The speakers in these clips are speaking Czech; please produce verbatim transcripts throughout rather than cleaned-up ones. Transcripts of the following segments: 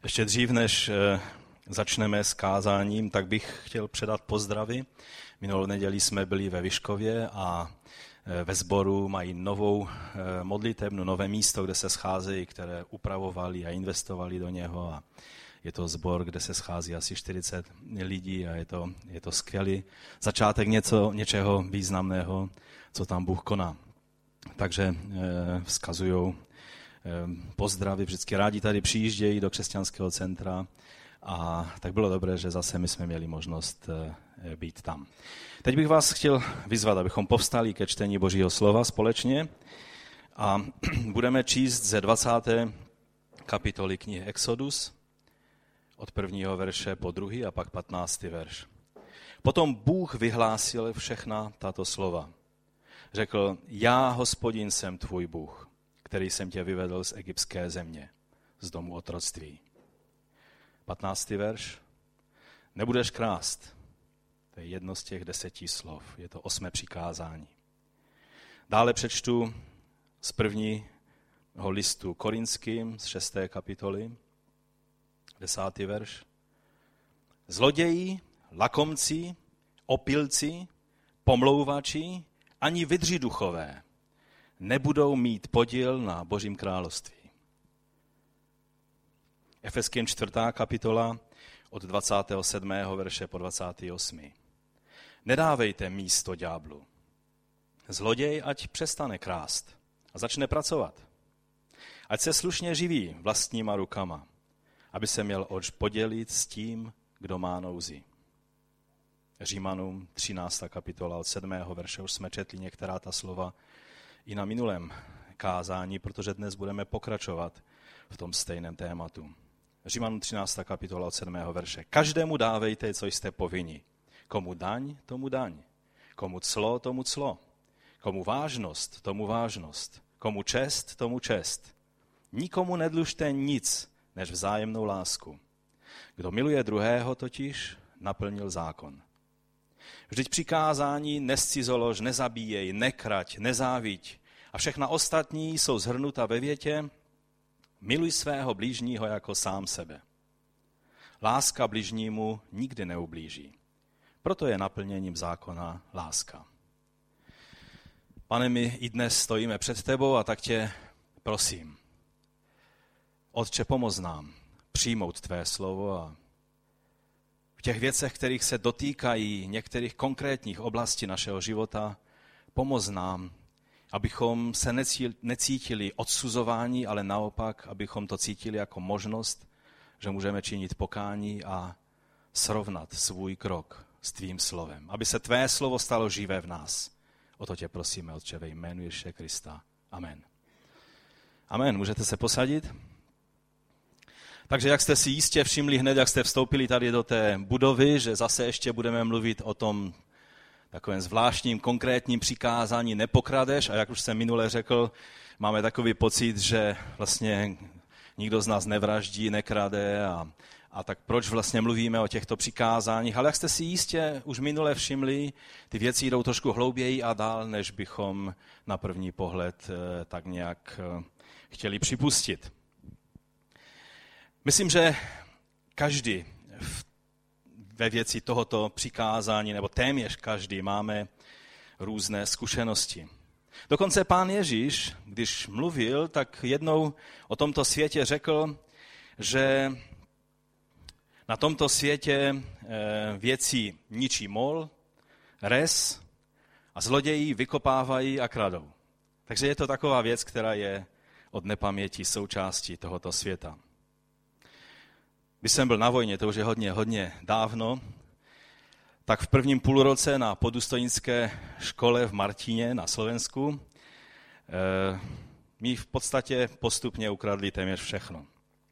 Ještě dřív, než začneme s kázáním, tak bych chtěl předat pozdravy. Minulou neděli jsme byli ve Vyškově a ve sboru mají novou modlitebnu, nové místo, kde se scházejí, které upravovali a investovali do něho. A je to sbor, kde se schází asi čtyřicet lidí a je to, je to skvělý začátek něco, něčeho významného, co tam Bůh koná. Takže vzkazují pozdravy, vždycky rádi tady přijíždějí do křesťanského centra a tak bylo dobré, že zase my jsme měli možnost být tam. Teď bych vás chtěl vyzvat, abychom povstali ke čtení Božího slova společně a budeme číst ze dvacáté kapitoly knihy Exodus od prvního verše po druhý a pak patnáctý verš. Potom Bůh vyhlásil všechna tato slova. Řekl, já, Hospodin, jsem tvůj Bůh, který jsem tě vyvedl z egyptské země, z domu otroctví. patnáctý verš. Nebudeš krást. To je jedno z těch deseti slov. Je to osmé přikázání. Dále přečtu z prvního listu Korinským, z šesté kapitoly, desátý verš. Zloději, lakomci, opilci, pomlouvači, ani vydřiduchové nebudou mít podíl na Božím království. Efeským čtvrtá kapitola od dvacátého sedmého verše po dvacátý osmý Nedávejte místo ďáblu. Zloděj ať přestane krást a začne pracovat. Ať se slušně živí vlastníma rukama, aby se měl oč podělit s tím, kdo má nouzi. Římanům třináctá kapitola od sedmého verše, už jsme četli některá ta slova i na minulém kázání, protože dnes budeme pokračovat v tom stejném tématu. Římanům třináctá kapitola od sedmého verše. Každému dávejte, co jste povinni. Komu daň, tomu daň. Komu clo, tomu clo. Komu vážnost, tomu vážnost. Komu čest, tomu čest. Nikomu nedlužte nic, než vzájemnou lásku. Kdo miluje druhého, totiž naplnil zákon. Vždyť přikázání nescizolož, nezabíjej, nekrať, nezáviď a všechna ostatní jsou shrnuta ve větě miluj svého blížního jako sám sebe. Láska bližnímu nikdy neublíží. Proto je naplněním zákona láska. Pane, my i dnes stojíme před tebou a tak tě prosím. Otče, pomoz nám přijmout tvé slovo a v těch věcech, kterých se dotýkají některých konkrétních oblastí našeho života, pomoz nám, abychom se necítili odsuzování, ale naopak, abychom to cítili jako možnost, že můžeme činit pokání a srovnat svůj krok s tvým slovem. Aby se tvé slovo stalo živé v nás. O to tě prosíme, Otče, ve jménu Ježíše Krista. Amen. Amen. Můžete se posadit? Takže jak jste si jistě všimli hned, jak jste vstoupili tady do té budovy, že zase ještě budeme mluvit o tom takovém zvláštním konkrétním přikázání nepokradeš a jak už jsem minule řekl, máme takový pocit, že vlastně nikdo z nás nevraždí, nekrade a, a tak proč vlastně mluvíme o těchto přikázáních. Ale jak jste si jistě už minule všimli, ty věci jdou trošku hlouběji a dál, než bychom na první pohled tak nějak chtěli připustit. Myslím, že každý ve věci tohoto přikázání, nebo téměř každý, máme různé zkušenosti. Dokonce Pán Ježíš, když mluvil, tak jednou o tomto světě řekl, že na tomto světě věci ničí mol, res a zloději vykopávají a kradou. Takže je to taková věc, která je od nepaměti součástí tohoto světa. Když jsem byl na vojně, to už je hodně, hodně dávno, tak v prvním půlroce na podůstojnické škole v Martíně na Slovensku eh, mi v podstatě postupně ukradli téměř všechno.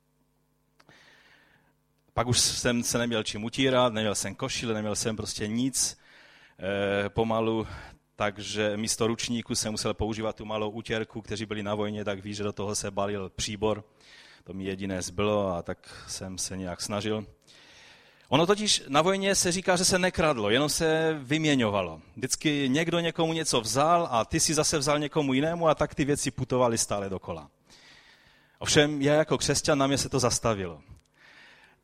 Pak už jsem se neměl čím utírat, neměl jsem košile, neměl jsem prostě nic eh, pomalu, takže místo ručníku jsem musel používat tu malou utěrku, kteří byli na vojně, tak ví, že do toho se balil příbor. To mi jediné zbylo a tak jsem se nějak snažil. Ono totiž na vojně se říká, že se nekradlo, jenom se vyměňovalo. Vždycky někdo někomu něco vzal a ty si zase vzal někomu jinému a tak ty věci putovaly stále dokola. Ovšem já jako křesťan, na mě se to zastavilo.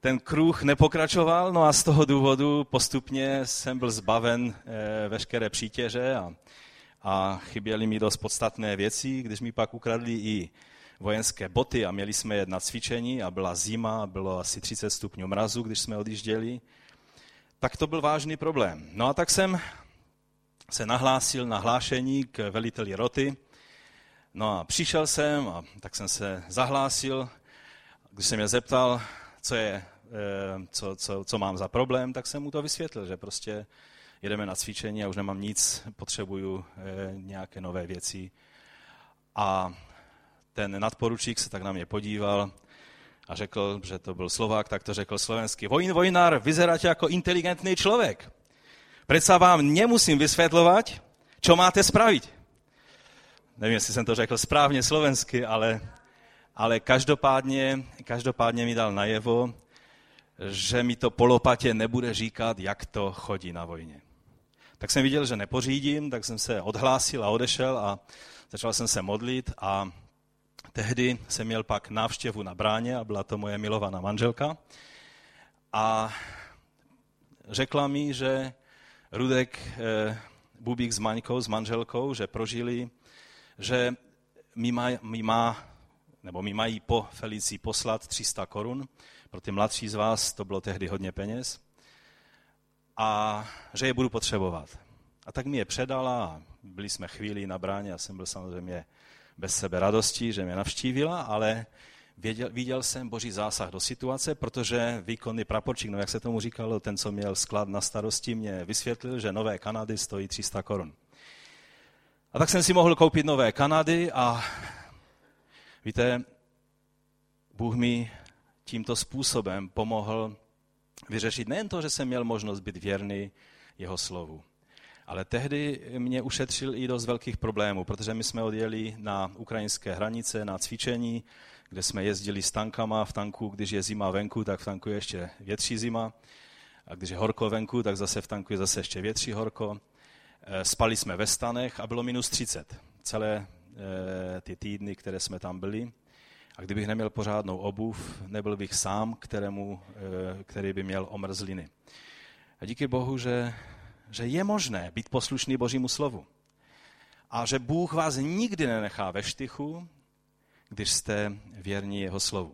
ten kruh nepokračoval, no a z toho důvodu postupně jsem byl zbaven e, veškeré přítěže a, a chyběly mi dost podstatné věci, když mi pak ukradli i vojenské boty a měli jsme jet na cvičení a byla zima, bylo asi třicet stupňů mrazu, když jsme odjížděli, tak to byl vážný problém. No a tak jsem se nahlásil na hlášení k veliteli roty. No a přišel jsem a tak jsem se zahlásil. Když jsem mě zeptal, co, je, co, co, co mám za problém, tak jsem mu to vysvětlil, že prostě jedeme na cvičení a už nemám nic, potřebuju nějaké nové věci. A ten nadporučík se tak na mě podíval a řekl, že to byl Slovák, tak to řekl slovensky. Vojn, vojnár, vyzeráte jako inteligentný člověk. Predsa vám nemusím vysvětlovat, čo máte spravit. Nevím, jestli jsem to řekl správně slovensky, ale, ale každopádně, každopádně mi dal najevo, že mi to po lopatě nebude říkat, jak to chodí na vojně. Tak jsem viděl, že nepořídím, tak jsem se odhlásil a odešel a začal jsem se modlit a tehdy jsem měl pak návštěvu na bráně a byla to moje milovaná manželka a řekla mi, že Rudek eh, Bubík s Maňkou, s manželkou, že prožili, že mi má, mi má, nebo mi mají po Felicii poslat tři sta korun, pro ty mladší z vás to bylo tehdy hodně peněz, a že je budu potřebovat. A tak mi je předala a byli jsme chvíli na bráně, já jsem byl samozřejmě bez sebe radosti, že mě navštívila, ale věděl, viděl jsem Boží zásah do situace, protože výkonný praporčík, no jak se tomu říkalo, ten, co měl sklad na starosti, mě vysvětlil, že nové Kanady stojí tři sta korun. A tak jsem si mohl koupit nové Kanady a víte, Bůh mi tímto způsobem pomohl vyřešit nejen to, že jsem měl možnost být věrný jeho slovu, ale tehdy mě ušetřil i dost velkých problémů, protože my jsme odjeli na ukrajinské hranice na cvičení, kde jsme jezdili s tankama. V tanku, když je zima venku, tak v tanku je ještě větší zima. A když je horko venku, tak zase v tanku je zase ještě větší horko. Spali jsme ve stanech a bylo minus třicet. Celé ty týdny, které jsme tam byli. A kdybych neměl pořádnou obuv, nebyl bych sám, kterému, který by měl omrzliny. A díky Bohu, že že je možné být poslušný Božímu slovu. A že Bůh vás nikdy nenechá ve štychu, když jste věrní jeho slovu.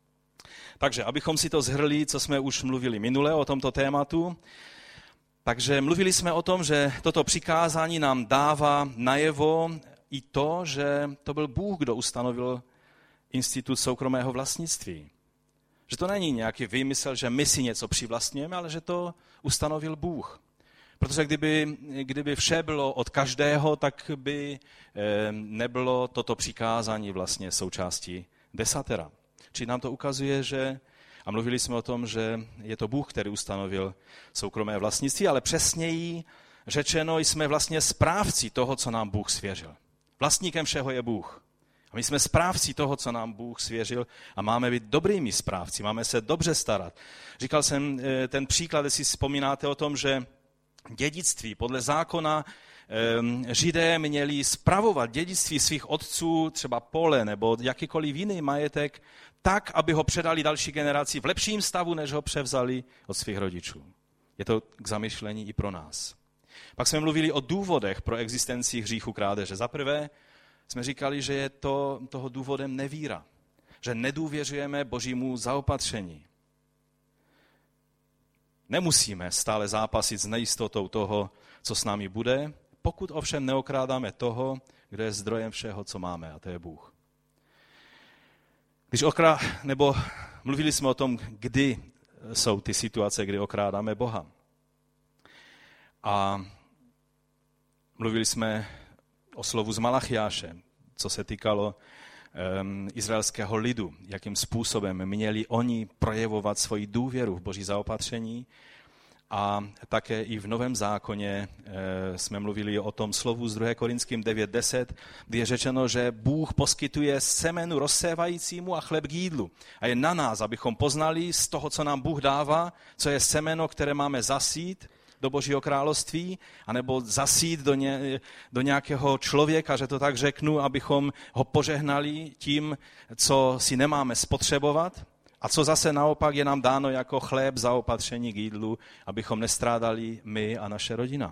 Takže, abychom si to shrli, co jsme už mluvili minule o tomto tématu, takže mluvili jsme o tom, že toto přikázání nám dává najevo i to, že to byl Bůh, kdo ustanovil institut soukromého vlastnictví. Že to není nějaký výmysl, že my si něco přivlastňujeme, ale že to ustanovil Bůh. Protože kdyby, kdyby vše bylo od každého, tak by nebylo toto přikázání vlastně součástí desatera. Čili nám to ukazuje, že, a mluvili jsme o tom, že je to Bůh, který ustanovil soukromé vlastnictví, ale přesněji řečeno jsme vlastně správci toho, co nám Bůh svěřil. Vlastníkem všeho je Bůh. A my jsme správci toho, co nám Bůh svěřil a máme být dobrými správci, máme se dobře starat. Říkal jsem ten příklad, jestli si vzpomínáte o tom, že dědictví podle zákona Židé měli spravovat dědictví svých otců, třeba pole nebo jakýkoliv jiný majetek, tak, aby ho předali další generaci v lepším stavu, než ho převzali od svých rodičů. Je to k zamyšlení i pro nás. Pak jsme mluvili o důvodech pro existenci hříchu krádeže. Za prvé jsme říkali, že je to toho důvodem nevíra, že nedůvěřujeme Božímu zaopatření. Nemusíme stále zápasit s nejistotou toho, co s námi bude, pokud ovšem neokrádáme toho, kdo je zdrojem všeho, co máme, a to je Bůh. Když okrá... nebo mluvili jsme o tom, kdy jsou ty situace, kdy okrádáme Boha. A mluvili jsme o slovu z Malachiáše, co se týkalo um, izraelského lidu, jakým způsobem měli oni projevovat svoji důvěru v Boží zaopatření. A také i v Novém zákoně e, jsme mluvili o tom slovu z druhého Korinským devět deset, kdy je řečeno, že Bůh poskytuje semenu rozsévajícímu a chléb k jídlu. A je na nás, abychom poznali z toho, co nám Bůh dává, co je semeno, které máme zasít do Božího království, anebo zasít do, ně, do nějakého člověka, že to tak řeknu, abychom ho požehnali tím, co si nemáme spotřebovat, A co zase naopak je nám dáno jako chléb zaopatření k jídlu, abychom nestrádali my a naše rodina.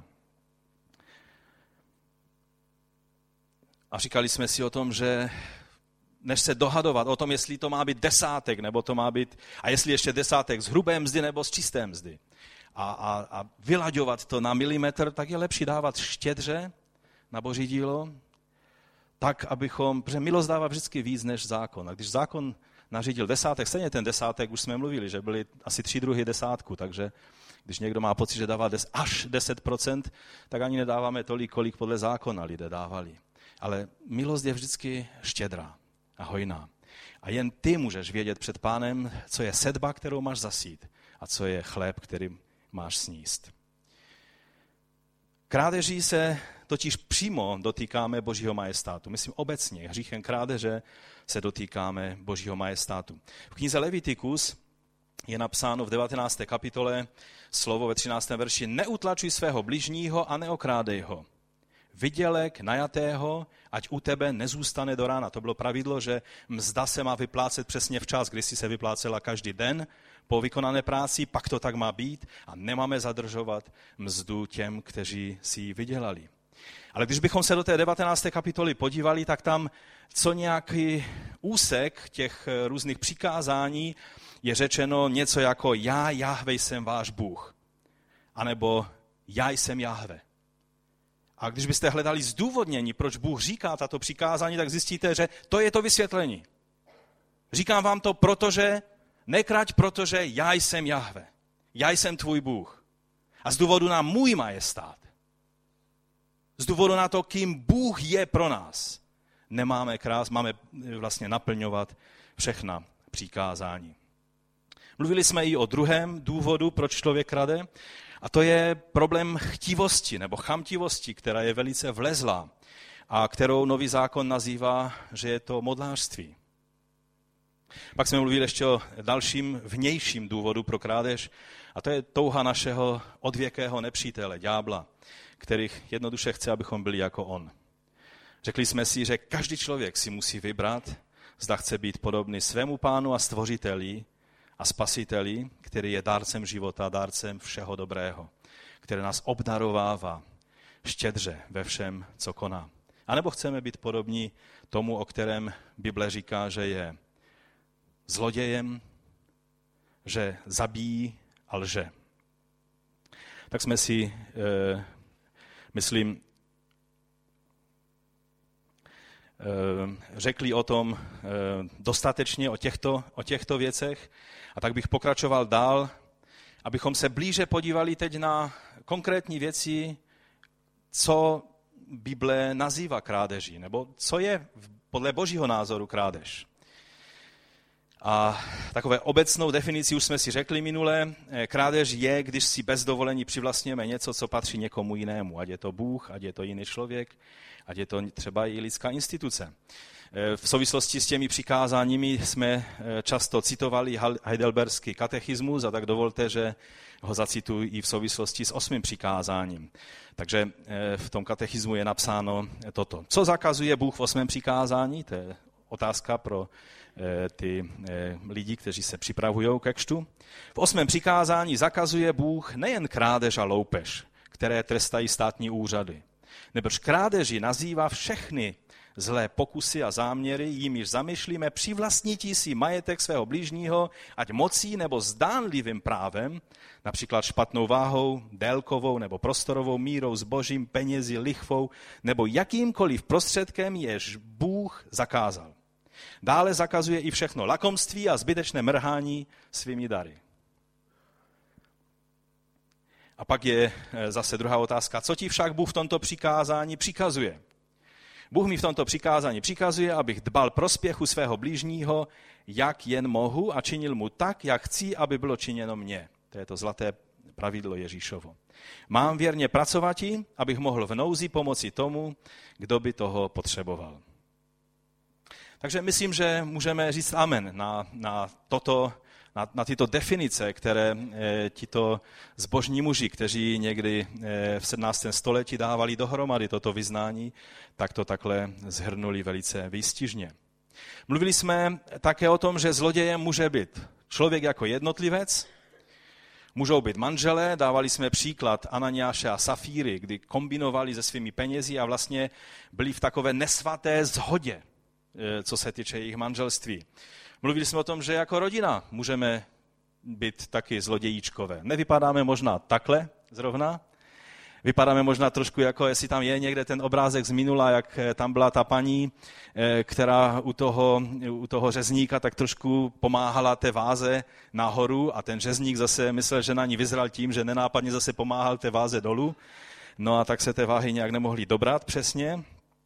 A říkali jsme si o tom, že než se dohadovat o tom, jestli to má být desátek, nebo to má být, a jestli ještě desátek z hrubé mzdy nebo z čisté mzdy. A, a, a vylaďovat to na milimetr, tak je lepší dávat štědře na Boží dílo, tak, abychom, protože milost dává vždycky víc než zákon. A když zákon nařídil desátek, stejně ten desátek, už jsme mluvili, že byly asi tři druhy desátku, takže když někdo má pocit, že dává des, až deset procent, tak ani nedáváme tolik, kolik podle zákona lidé dávali. Ale milost je vždycky štědrá a hojná. A jen ty můžeš vědět před Pánem, co je sedba, kterou máš zasít, a co je chléb, který máš sníst. Krádeží se totiž přímo dotýkáme Božího majestátu. Myslím obecně, hříchem krádeže se dotýkáme Božího majestátu. V knize Levitikus je napsáno v devatenácté kapitole slovo ve třináctém verši: Neutlačuj svého bližního a neokrádej ho. Vydělek najatého, ať u tebe nezůstane do rána. To bylo pravidlo, že mzda se má vyplácet přesně včas, když si se vyplácela každý den po vykonané práci, pak to tak má být a nemáme zadržovat mzdu těm, kteří si ji vydělali. Ale když bychom se do té devatenácté kapitoly podívali, tak tam co nějaký úsek těch různých přikázání je řečeno něco jako já, Jahve, jsem váš Bůh. A nebo já jsem Jahve. A když byste hledali zdůvodnění, proč Bůh říká tato přikázání, tak zjistíte, že to je to vysvětlení. Říkám vám to, protože, nekrať, protože já jsem Jahve. Já jsem tvůj Bůh. A z důvodu na můj majestát, z důvodu na to, kým Bůh je pro nás, nemáme krás, máme vlastně naplňovat všechna přikázání. Mluvili jsme i o druhém důvodu, proč člověk krade, a to je problém chtivosti nebo chamtivosti, která je velice vlezlá a kterou Nový zákon nazývá, že je to modlářství. Pak jsme mluvili ještě o dalším vnějším důvodu pro krádež, a to je touha našeho odvěkého nepřítele, ďábla, který jednoduše chce, abychom byli jako on. Řekli jsme si, že každý člověk si musí vybrat, zda chce být podobný svému Pánu a Stvořiteli a Spasiteli, který je dárcem života, dárcem všeho dobrého, který nás obdarovává štědře ve všem, co koná. A nebo chceme být podobní tomu, o kterém Bible říká, že je zlodějem, že zabíjí a lže. Tak jsme si, e, myslím, e, řekli o tom e, dostatečně, o těchto, o těchto věcech, a tak bych pokračoval dál, abychom se blíže podívali teď na konkrétní věci, co Bible nazývá krádeží, nebo co je podle Božího názoru krádež. A takové obecnou definici už jsme si řekli minule. Krádež je, když si bez dovolení přivlastňujeme něco, co patří někomu jinému. Ať je to Bůh, ať je to jiný člověk, ať je to třeba i lidská instituce. V souvislosti s těmi přikázáními jsme často citovali heidelberský katechismus, a tak dovolte, že ho zacituji i v souvislosti s osmým přikázáním. Takže v tom katechismu je napsáno toto. Co zakazuje Bůh v osmém přikázání? To je otázka pro ty lidi, kteří se připravují ke křtu. V osmém přikázání zakazuje Bůh nejen krádež a loupež, které trestají státní úřady. Nebož krádeži nazývá všechny zlé pokusy a záměry, jimiž zamýšlíme přivlastnití si majetek svého blížního, ať mocí nebo zdánlivým právem, například špatnou váhou, délkovou nebo prostorovou mírou, zbožím, penězi, lichvou nebo jakýmkoliv prostředkem, jež Bůh zakázal. Dále zakazuje i všechno lakomství a zbytečné mrhání svými dary. A pak je zase druhá otázka. Co ti však Bůh v tomto přikázání přikazuje? Bůh mi v tomto přikázání přikazuje, abych dbal prospěchu svého blížního, jak jen mohu, a činil mu tak, jak chci, aby bylo činěno mně. To je to zlaté pravidlo Ježíšovo. Mám věrně pracovati, abych mohl v nouzi pomoci tomu, kdo by toho potřeboval. Takže myslím, že můžeme říct amen na, na, toto, na, na tyto definice, které e, tito zbožní muži, kteří někdy e, v sedmnáctém století dávali dohromady toto vyznání, tak to takhle zhrnuli velice výstižně. Mluvili jsme také o tom, že zlodějem může být člověk jako jednotlivec, můžou být manželé, dávali jsme příklad Ananiáše a Safíry, kdy kombinovali se svými penězi a vlastně byli v takové nesvaté shodě, co se týče jejich manželství. Mluvili jsme o tom, že jako rodina můžeme být taky zlodějíčkové. Nevypadáme možná takhle zrovna, vypadáme možná trošku jako, jestli tam je někde ten obrázek z minula, jak tam byla ta paní, která u toho, u toho řezníka tak trošku pomáhala té váze nahoru a ten řezník zase myslel, že na ní vyzral tím, že nenápadně zase pomáhal té váze dolů. No a tak se té váhy nějak nemohli dobrat přesně.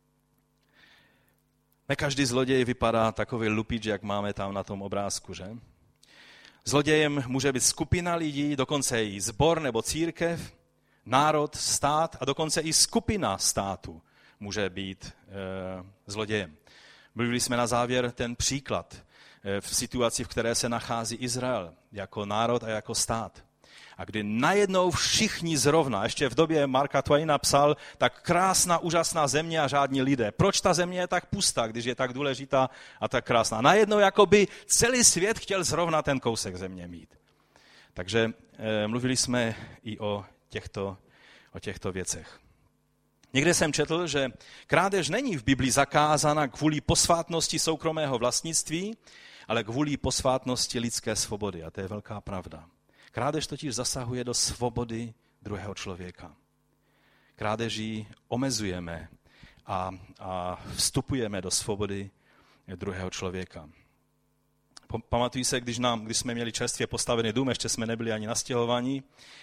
Ne každý zloděj vypadá takový lupič, jak máme tam na tom obrázku, že? Zlodějem může být skupina lidí, dokonce i sbor nebo církev, národ, stát a dokonce i skupina států může být e, zlodějem. Mluvili jsme na závěr ten příklad e, v situaci, v které se nachází Izrael jako národ a jako stát. A kdy najednou všichni zrovna, ještě v době Marka Twaina psal, tak krásná, úžasná země a žádní lidé. Proč ta země je tak pustá, když je tak důležitá a tak krásná? Najednou jakoby celý svět chtěl zrovna ten kousek země mít. Takže e, mluvili jsme i o těchto, o těchto věcech. Někde jsem četl, že krádež není v Biblii zakázána kvůli posvátnosti soukromého vlastnictví, ale kvůli posvátnosti lidské svobody. A to je velká pravda. Krádež totiž zasahuje do svobody druhého člověka. Krádeží omezujeme a, a vstupujeme do svobody druhého člověka. Pamatuji se, když, nám, když jsme měli čerstvě postavený dům, ještě jsme nebyli ani nastěhovaní,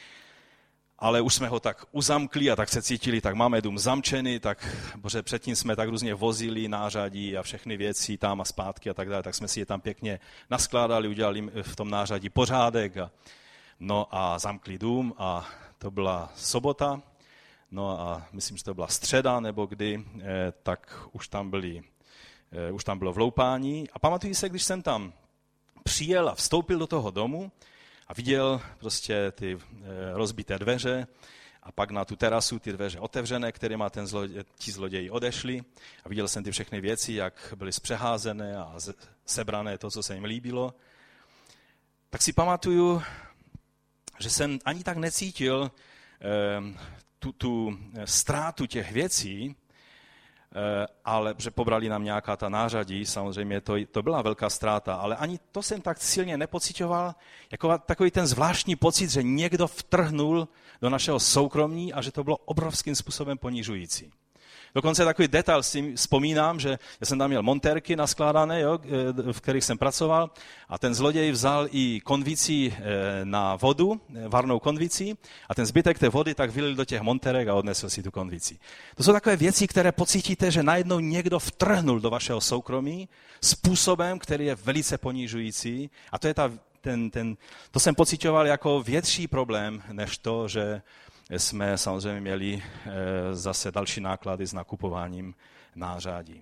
ale už jsme ho tak uzamkli a tak se cítili, tak máme dům zamčený, tak bože, předtím jsme tak různě vozili nářadí a všechny věci tam a zpátky a tak dále, tak jsme si je tam pěkně naskládali, udělali v tom nářadí pořádek a no a zamkli dům a to byla sobota, no a myslím, že to byla středa nebo kdy, eh, tak už tam, byli, eh, už tam bylo vloupání. A pamatuju se, když jsem tam přijel a vstoupil do toho domu a viděl prostě ty eh, rozbité dveře a pak na tu terasu ty dveře otevřené, kterýma ten zlodě, ti zloději odešli a viděl jsem ty všechny věci, jak byly zpřeházené a sebrané to, co se jim líbilo, tak si pamatuju, že jsem ani tak necítil eh, tu, tu ztrátu těch věcí, eh, ale že pobrali nám nějaká ta nářadí, samozřejmě to, to byla velká ztráta, ale ani to jsem tak silně nepocitoval, jako takový ten zvláštní pocit, že někdo vtrhnul do našeho soukromí a že to bylo obrovským způsobem ponižující. Dokonce takový detail si vzpomínám, že já jsem tam měl montérky naskládané, jo, v kterých jsem pracoval a ten zloděj vzal i konvici na vodu, varnou konvici a ten zbytek té vody tak vylil do těch montérek a odnesl si tu konvici. To jsou takové věci, které pocítíte, že najednou někdo vtrhnul do vašeho soukromí způsobem, který je velice ponižující a to je ta, ten, ten, to jsem pocitoval jako větší problém, než to, že jsme samozřejmě měli zase další náklady s nakupováním nářadí.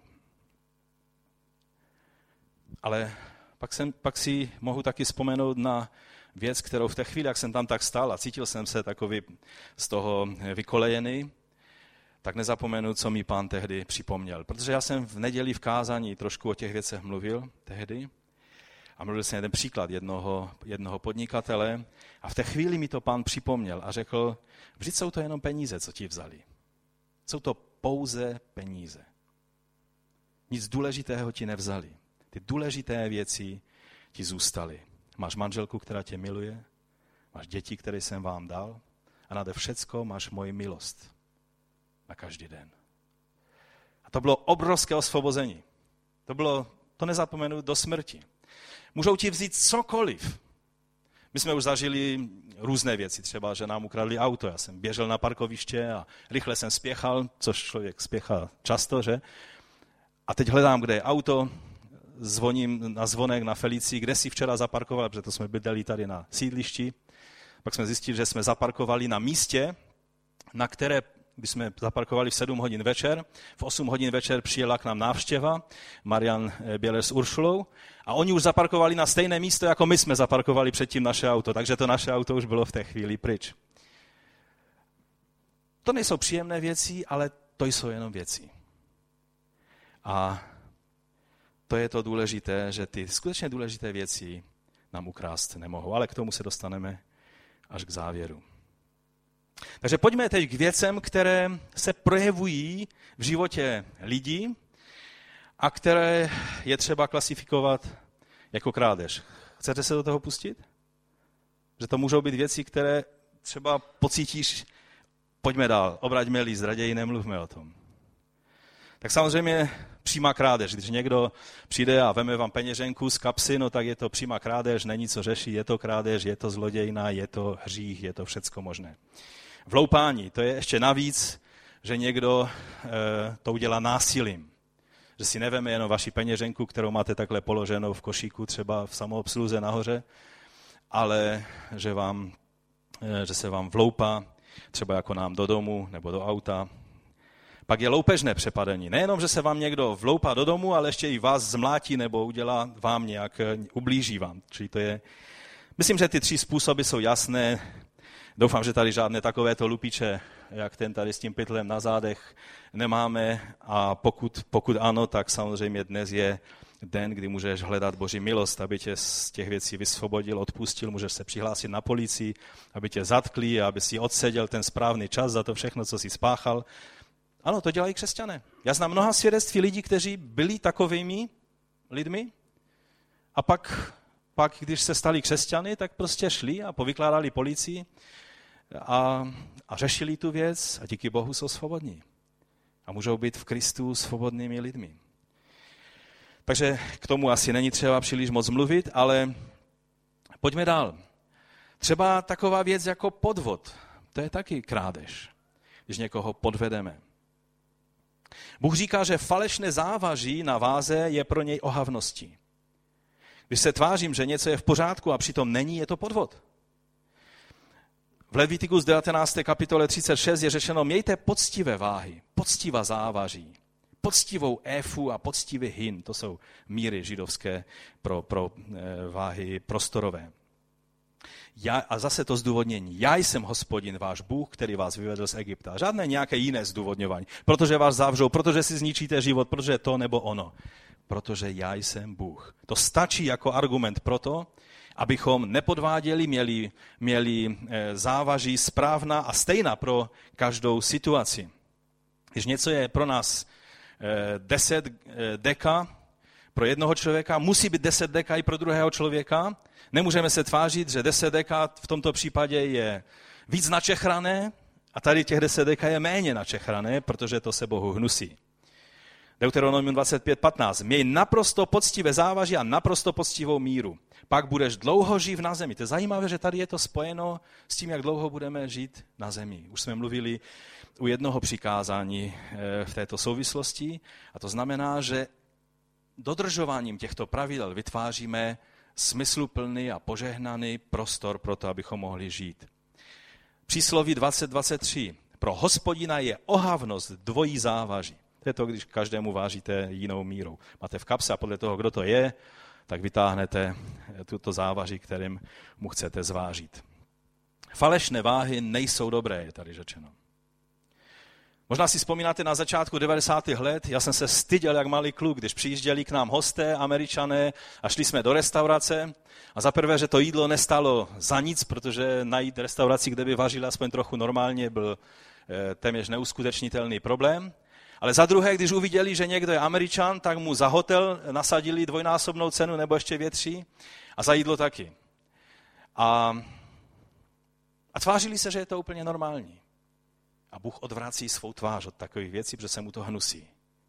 Ale pak, jsem, pak si mohu taky vzpomenout na věc, kterou v té chvíli, jak jsem tam tak stál a cítil jsem se takový z toho vykolejený, tak nezapomenu, co mi Pán tehdy připomněl. Protože já jsem v neděli v kázání trošku o těch věcech mluvil tehdy a mluvil jsem jeden příklad jednoho, jednoho podnikatele a v té chvíli mi to Pán připomněl a řekl, vždyť jsou to jenom peníze, co ti vzali. Jsou to pouze peníze. Nic důležitého ti nevzali. Ty důležité věci ti zůstaly. Máš manželku, která tě miluje, máš děti, které jsem vám dal a nade všecko máš moji milost na každý den. A to bylo obrovské osvobození. To bylo, to nezapomenu do smrti. Můžou ti vzít cokoliv. My jsme už zažili různé věci, třeba, že nám ukradli auto. Já jsem běžel na parkoviště a rychle jsem spěchal, což člověk spěchá často, že? A teď hledám, kde je auto, zvoním na zvonek na Felicii, kde si včera zaparkoval, protože to jsme bydleli tady na sídlišti. Pak jsme zjistili, že jsme zaparkovali na místě, na které bychom zaparkovali v sedm hodin večer. V osm hodin večer přijela k nám návštěva, Marian Běler s Uršulou, a oni už zaparkovali na stejné místo, jako my jsme zaparkovali předtím naše auto, takže to naše auto už bylo v té chvíli pryč. To nejsou příjemné věci, ale to jsou jenom věci. A to je to důležité, že ty skutečně důležité věci nám ukrást nemohou. Ale k tomu se dostaneme až k závěru. Takže pojďme teď k věcem, které se projevují v životě lidí a které je třeba klasifikovat jako krádež. Chcete se do toho pustit? Že to můžou být věci, které třeba pocítíš, pojďme dál, obraťme list, raději nemluvme o tom. Tak samozřejmě přímá krádež. Když někdo přijde a veme vám peněženku z kapsy, no tak je to přímá krádež, není co řešit, je to krádež, je to zlodějna, je to hřích, je to všecko možné. Vloupání, to je ještě navíc, že někdo e, to udělá násilím. Že si neveme jenom vaši peněženku, kterou máte takhle položenou v košíku, třeba v samoobsluze nahoře, ale že, vám, e, že se vám vloupá, třeba jako nám do domu nebo do auta. Pak je loupežné přepadení. Nejenom, že se vám někdo vloupá do domu, ale ještě i vás zmlátí nebo udělá vám nějak, ublíží vám. Čili to je, myslím, že ty tři způsoby jsou jasné. Doufám, že tady žádné takovéto lupiče, jak ten tady s tím pytlem na zádech, nemáme. A pokud, pokud ano, tak samozřejmě dnes je den, kdy můžeš hledat Boží milost, aby tě z těch věcí vysvobodil, odpustil, můžeš se přihlásit na policii, aby tě zatkli, aby si odseděl ten správný čas za to všechno, co jsi spáchal. Ano, to dělají křesťané. Já znám mnoha svědectví lidí, kteří byli takovými lidmi a pak, pak, když se stali křesťany, tak prostě šli a povykládali policii a, a řešili tu věc a díky Bohu jsou svobodní. A můžou být v Kristu svobodnými lidmi. Takže k tomu asi není třeba příliš moc mluvit, ale pojďme dál. Třeba taková věc jako podvod. To je taky krádež, když někoho podvedeme. Bůh říká, že falešné závaží na váze je pro něj ohavností. Když se tvářím, že něco je v pořádku a přitom není, je to podvod. V Levitikus devatenácté kapitole třicet šest je řečeno, mějte poctivé váhy, poctivá závaží, poctivou éfu a poctivý hin. To jsou míry židovské pro, pro váhy prostorové. Já, a zase to zdůvodnění. Já jsem Hospodin, váš Bůh, který vás vyvedl z Egypta. Žádné nějaké jiné zdůvodňování. Protože vás zavřou, protože si zničíte život, protože to nebo ono. Protože já jsem Bůh. To stačí jako argument pro to, abychom nepodváděli, měli, měli závaží správná a stejná pro každou situaci. Když něco je pro nás deset deka, pro jednoho člověka, musí být deset deka i pro druhého člověka. Nemůžeme se tvářit, že deset deka v tomto případě je víc načechrané a tady těch deset deka je méně načechrané, protože to se Bohu hnusí. Deuteronomium dvacet pět patnáct. Měj naprosto poctivé závaží a naprosto poctivou míru. Pak budeš dlouho živ na zemi. To je zajímavé, že tady je to spojeno s tím, jak dlouho budeme žít na zemi. Už jsme mluvili u jednoho přikázání v této souvislosti a to znamená, že dodržováním těchto pravidel vytváříme smysluplný a požehnaný prostor pro to, abychom mohli žít. Přísloví dvacet dvacet tři. Pro Hospodina je ohavnost dvojí závaží. To je to, když každému vážíte jinou mírou. Máte v kapse a podle toho, kdo to je, tak vytáhnete tuto závaží, kterým mu chcete zvážit. Falešné váhy nejsou dobré, je tady řečeno. Možná si vzpomínáte na začátku devadesátých let, já jsem se styděl jak malý kluk, když přijížděli k nám hosté, Američané, a šli jsme do restaurace. A za prvé, že to jídlo nestalo za nic, protože najít restauraci, kde by vařili aspoň trochu normálně, byl téměř neuskutečnitelný problém. Ale za druhé, když uviděli, že někdo je Američan, tak mu za hotel nasadili dvojnásobnou cenu nebo ještě větší a za jídlo taky. A, a tvářili se, že je to úplně normální. A Bůh odvrací svou tvář od takových věcí, protože se mu to hnusí.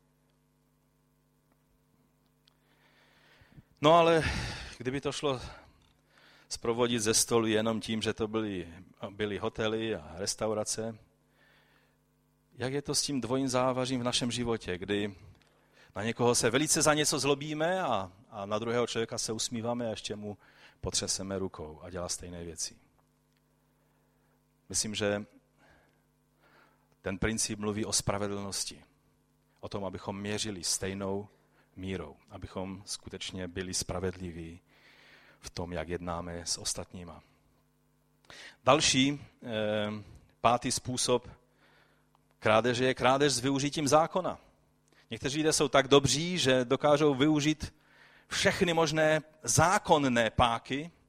No ale kdyby to šlo zprovodit ze stolu jenom tím, že to byly, byly hotely a restaurace, jak je to s tím dvojím závažím v našem životě, kdy na někoho se velice za něco zlobíme a, a na druhého člověka se usmíváme a ještě mu potřeseme rukou a dělá stejné věci. Myslím, že ten princip mluví o spravedlnosti, o tom, abychom měřili stejnou mírou, abychom skutečně byli spravedliví v tom, jak jednáme s ostatníma. Další, eh, pátý způsob krádeže je krádež s využitím zákona. Někteří lidé jsou tak dobří, že dokážou využít všechny možné zákonné páky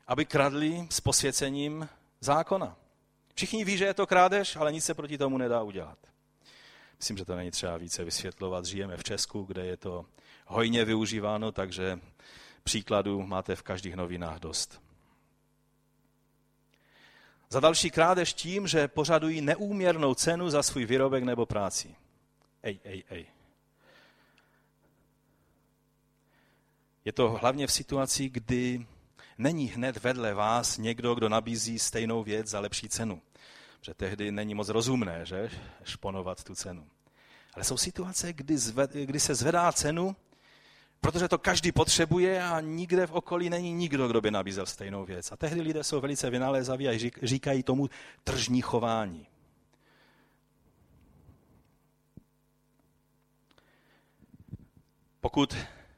aby kradli s posvěcením zákona. Všichni ví, že je to krádež, ale nic se proti tomu nedá udělat. Myslím, že to není třeba více vysvětlovat. Žijeme v Česku, kde je to hojně využíváno, takže příkladů máte v každých novinách dost. Za další krádež tím, že požadují neúměrnou cenu za svůj výrobek nebo práci. Ej, ej, ej. Je to hlavně v situaci, kdy není hned vedle vás někdo, kdo nabízí stejnou věc za lepší cenu. Že tehdy není moc rozumné, že, šponovat tu cenu. Ale jsou situace, kdy, zved, kdy se zvedá cenu, protože to každý potřebuje a nikde v okolí není nikdo, kdo by nabízel stejnou věc. A tehdy lidé jsou velice vynalézaví a říkají tomu tržní chování. Pokud,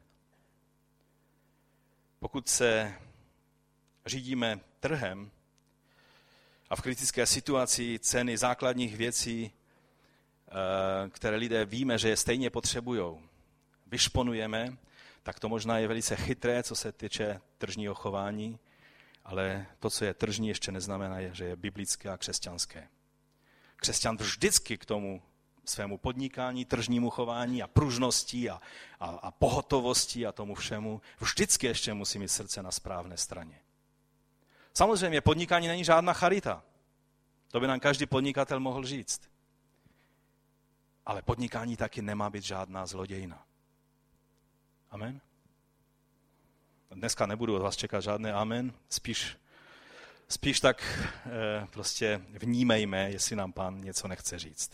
pokud se řídíme trhem a v kritické situaci ceny základních věcí, které lidé víme, že je stejně potřebují, vyšponujeme, tak to možná je velice chytré, co se týče tržního chování, ale to, co je tržní, ještě neznamená, že je biblické a křesťanské. Křesťan vždycky k tomu svému podnikání, tržnímu chování a pružnosti a, a, a pohotovosti a tomu všemu, vždycky ještě musí mít srdce na správné straně. Samozřejmě podnikání není žádná charita. To by nám každý podnikatel mohl říct. Ale podnikání taky nemá být žádná zlodějna. Amen? Dneska nebudu od vás čekat žádné amen, spíš, spíš tak e, prostě vnímejme, jestli nám Pán něco nechce říct.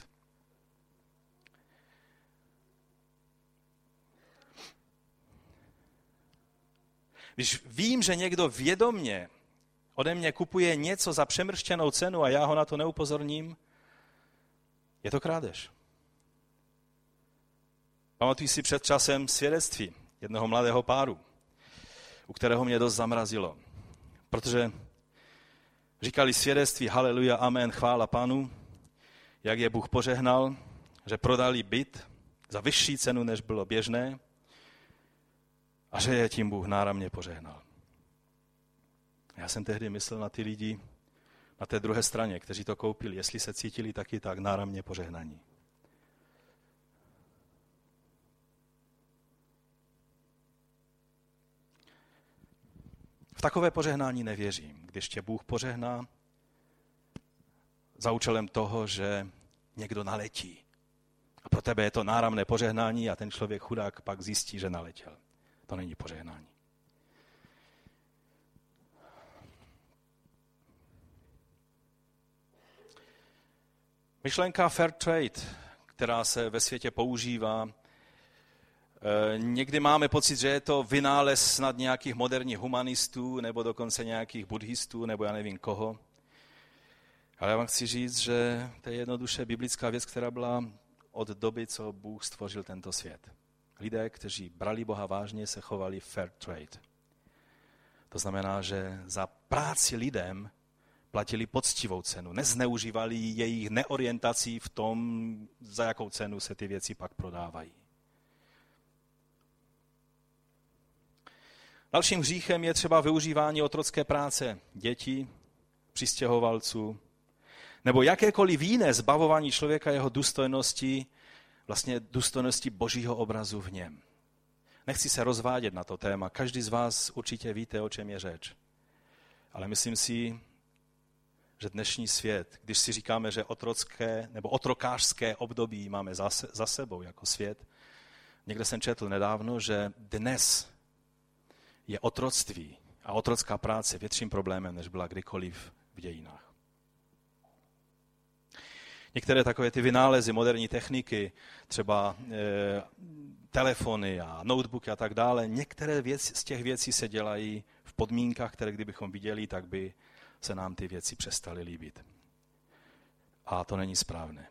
Když vím, že někdo vědomně ode mě kupuje něco za přemrštěnou cenu a já ho na to neupozorním, je to krádež. Pamatuji si před časem svědectví jednoho mladého páru, u kterého mě dost zamrazilo. Protože říkali svědectví haleluja, amen, chvála Pánu, jak je Bůh požehnal, že prodali byt za vyšší cenu, než bylo běžné a že je tím Bůh náramně požehnal. Já jsem tehdy myslel na ty lidi na té druhé straně, kteří to koupili, jestli se cítili taky tak náramně požehnaní. V takové požehnání nevěřím, když tě Bůh požehná za účelem toho, že někdo naletí. A pro tebe je to náramné požehnání a ten člověk chudák pak zjistí, že naletěl. To není požehnání. Myšlenka fair trade, která se ve světě používá, někdy máme pocit, že je to vynález snad nějakých moderních humanistů nebo dokonce nějakých buddhistů nebo já nevím koho. Ale já vám chci říct, že to je jednoduše biblická věc, která byla od doby, co Bůh stvořil tento svět. Lidé, kteří brali Boha vážně, se chovali fair trade. To znamená, že za práci lidem platili poctivou cenu, nezneužívali jejich neorientací v tom, za jakou cenu se ty věci pak prodávají. Dalším hříchem je třeba využívání otrocké práce dětí, přistěhovalců, nebo jakékoliv jiné zbavování člověka jeho důstojnosti, vlastně důstojnosti Božího obrazu v něm. Nechci se rozvádět na to téma, každý z vás určitě víte, o čem je řeč. Ale myslím si, že dnešní svět, když si říkáme, že otrocké nebo otrokářské období máme za, se, za sebou jako svět, někde jsem četl nedávno, že dnes je otroctví a otrocká práce větším problémem, než byla kdykoliv v dějinách. Některé takové ty vynálezy moderní techniky, třeba e, telefony a notebooky a tak dále, některé věc, z těch věcí se dělají v podmínkách, které kdybychom viděli, tak by se nám ty věci přestaly líbit. A to není správné.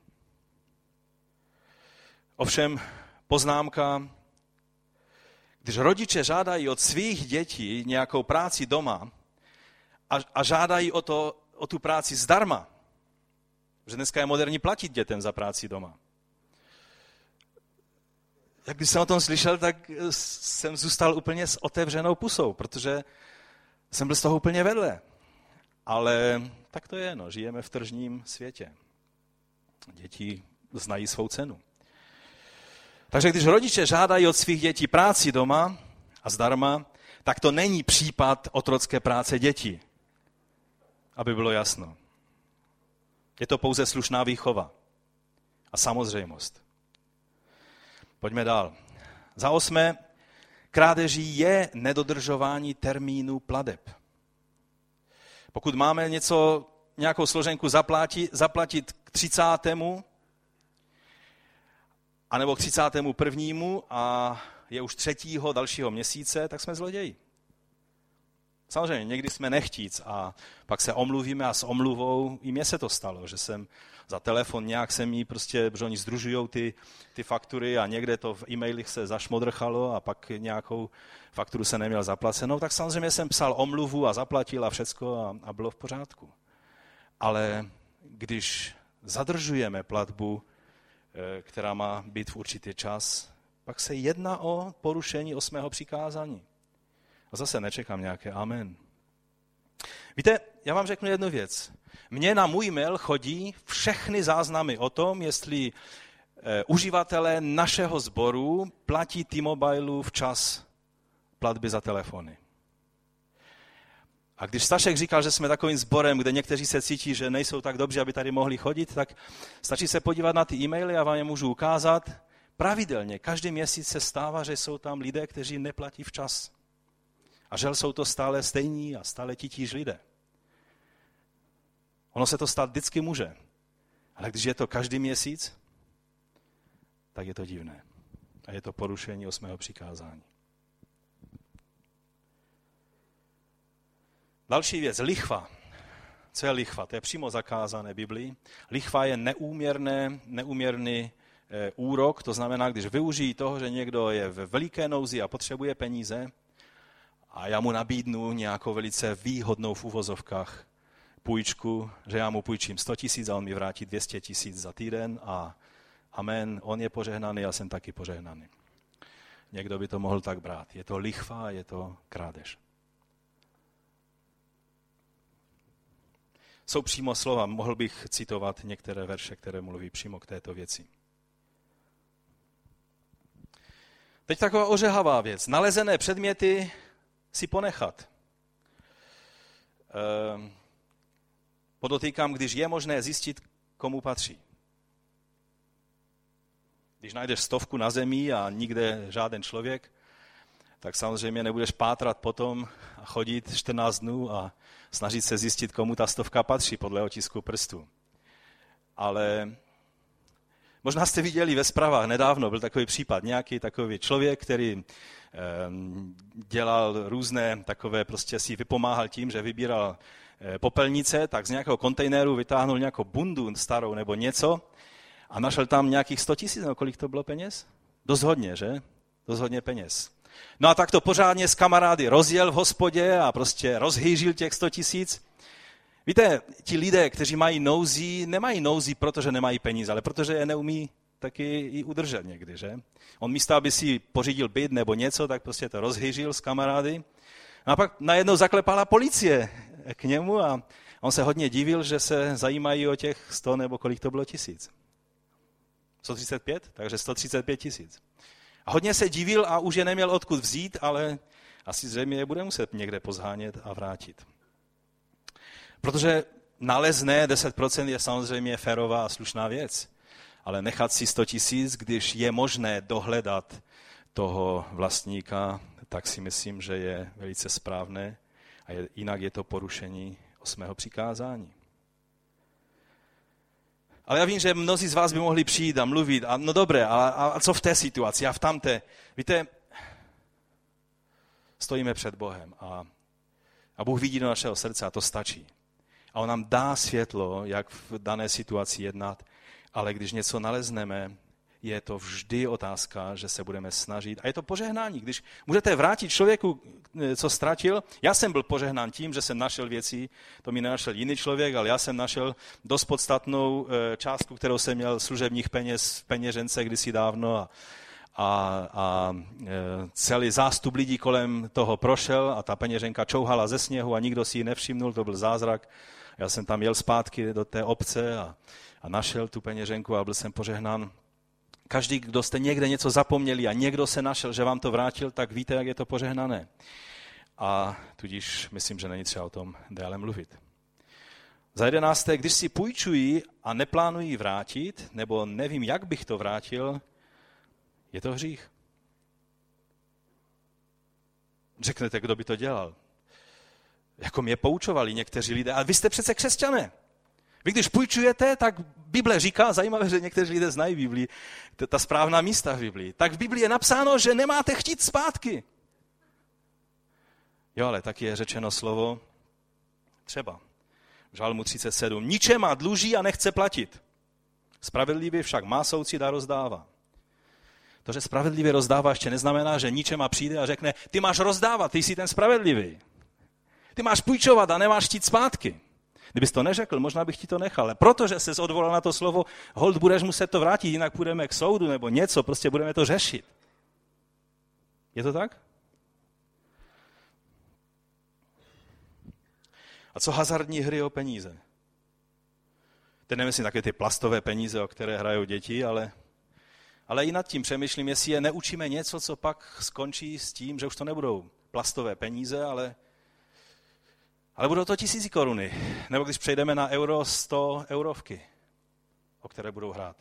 Ovšem poznámka, když rodiče žádají od svých dětí nějakou práci doma a, a žádají o, to, o tu práci zdarma, že dneska je moderní platit dětem za práci doma. Jak když jsem o tom slyšel, tak jsem zůstal úplně s otevřenou pusou, protože jsem byl z toho úplně vedle. Ale tak to je, no, žijeme v tržním světě. Děti znají svou cenu. Takže když rodiče žádají od svých dětí práci doma a zdarma, tak to není případ otrocké práce dětí, aby bylo jasno. Je to pouze slušná výchova a samozřejmost. Pojďme dál. Za osmé, krádeží je nedodržování termínu plateb. Pokud máme něco, nějakou složenku zaplatit, zaplatit k třicátému anebo k třicátému prvnímu a je už třetího dalšího měsíce, tak jsme zloději. Samozřejmě, někdy jsme nechtíc a pak se omluvíme a s omluvou, i mně se to stalo, že jsem za telefon nějak jsem jí prostě, že oni združujou ty, ty faktury a někde to v e-mailích se zašmodrchalo a pak nějakou fakturu se neměl zaplacenou, tak samozřejmě jsem psal omluvu a zaplatil a všecko a, a bylo v pořádku. Ale když zadržujeme platbu, která má být v určitý čas, pak se jedná o porušení osmého přikázání. A zase nečekám nějaké amen. Víte, já vám řeknu jednu věc. Mně na můj mail chodí všechny záznamy o tom, jestli e, uživatelé našeho sboru platí T-Mobileu včas platby za telefony. A když Stašek říkal, že jsme takovým sborem, kde někteří se cítí, že nejsou tak dobří, aby tady mohli chodit, tak stačí se podívat na ty e-maily a vám je můžu ukázat. Pravidelně, každý měsíc se stává, že jsou tam lidé, kteří neplatí včas. A žel jsou to stále stejní a stále titíž lidé. Ono se to stát vždycky může. Ale když je to každý měsíc, tak je to divné. A je to porušení osmého přikázání. Další věc, lichva. Co je lichva? To je přímo zakázané Biblii. Lichva je neúměrné, neúměrný e, úrok, to znamená, když využijí toho, že někdo je ve veliké nouzi a potřebuje peníze, a já mu nabídnu nějakou velice výhodnou v uvozovkách půjčku, že já mu půjčím sto tisíc a on mi vrátí dvě stě tisíc za týden a amen, on je požehnaný, já jsem taky požehnaný. Někdo by to mohl tak brát. Je to lichva, je to krádež. Jsou přímo slova, mohl bych citovat některé verše, které mluví přímo k této věci. Teď taková ožehavá věc. Nalezené předměty si ponechat. Ehm, podotýkám, když je možné zjistit, komu patří. Když najdeš stovku na zemi a nikde žádný člověk, tak samozřejmě nebudeš pátrat potom a chodit čtrnáct dnů a snažit se zjistit, komu ta stovka patří podle otisku prstů. Ale možná jste viděli ve zprávách nedávno, byl takový případ, nějaký takový člověk, který dělal různé takové, prostě si vypomáhal tím, že vybíral popelnice, tak z nějakého kontejneru vytáhnul nějakou bundu starou nebo něco a našel tam nějakých sto tisíc, no kolik to bylo peněz? Dost hodně, že? Dost hodně peněz. No a tak to pořádně s kamarády rozjel v hospodě a prostě rozhýžil těch sto tisíc. Víte, ti lidé, kteří mají nouzí, nemají nouzí, protože nemají peníze, ale protože je neumí taky i udržet někdy, že? On místo, aby si pořídil byt nebo něco, tak prostě to rozhýžil s kamarády. A pak najednou zaklepala policie k němu a on se hodně divil, že se zajímají o těch sto nebo kolik to bylo tisíc. sto třicet pět? Takže sto třicet pět tisíc. A hodně se divil a už je neměl odkud vzít, ale asi zřejmě je bude muset někde pozhánět a vrátit. Protože nalezné deset procent je samozřejmě férová a slušná věc. Ale nechat si sto tisíc, když je možné dohledat toho vlastníka, tak si myslím, že je velice správné a je, jinak je to porušení osmého přikázání. Ale já vím, že mnozí z vás by mohli přijít a mluvit, a no dobré, a, a co v té situaci a v tamté? Víte, stojíme před Bohem a, a Bůh vidí do našeho srdce a to stačí. A on nám dá světlo, jak v dané situaci jednat, ale když něco nalezneme, je to vždy otázka, že se budeme snažit. A je to požehnání. Když můžete vrátit člověku, co ztratil, já jsem byl požehnán tím, že jsem našel věci, to mi nenašel jiný člověk, ale já jsem našel dost podstatnou částku, kterou jsem měl služebních peněz v peněžence kdysi dávno a, a, a celý zástup lidí kolem toho prošel a ta peněženka čouhala ze sněhu a nikdo si ji nevšimnul, to byl zázrak. Já jsem tam jel zpátky do té obce a, a našel tu peněženku a byl jsem požehnán. Každý, kdo jste někde něco zapomněli a někdo se našel, že vám to vrátil, tak víte, jak je to požehnané. A tudíž myslím, že není třeba o tom déle mluvit. Za jedenácté, když si půjčují a neplánují vrátit, nebo nevím, jak bych to vrátil, je to hřích. Řeknete, kdo by to dělal. Jako mě poučovali někteří lidé, ale vy jste přece křesťané. Vy když půjčujete, tak Bible říká, zajímavé, že někteří lidé znají Biblii, ta správná místa v Biblii, tak v Biblii je napsáno, že nemáte chtít zpátky. Jo, ale taky je řečeno slovo, třeba v Žalmu třicet sedm, ničema dluží a nechce platit. Spravedlivý však má soucit a rozdává. To, že spravedlivě rozdává, ještě neznamená, že ničema přijde a řekne, ty máš rozdávat, ty jsi ten spravedlivý. Ty máš půjčovat a nemáš chtít zpátky. Kdybys to neřekl, možná bych ti to nechal, ale protože ses odvolal na to slovo, hold, budeš muset to vrátit, jinak půjdeme k soudu nebo něco, prostě budeme to řešit. Je to tak? A co hazardní hry o peníze? Teď nemyslím také ty plastové peníze, o které hrajou děti, ale, ale i nad tím přemýšlím, jestli je neučíme něco, co pak skončí s tím, že už to nebudou plastové peníze, ale, ale budou to tisíci koruny. Nebo když přejdeme na euro, sto eurovky, o které budou hrát.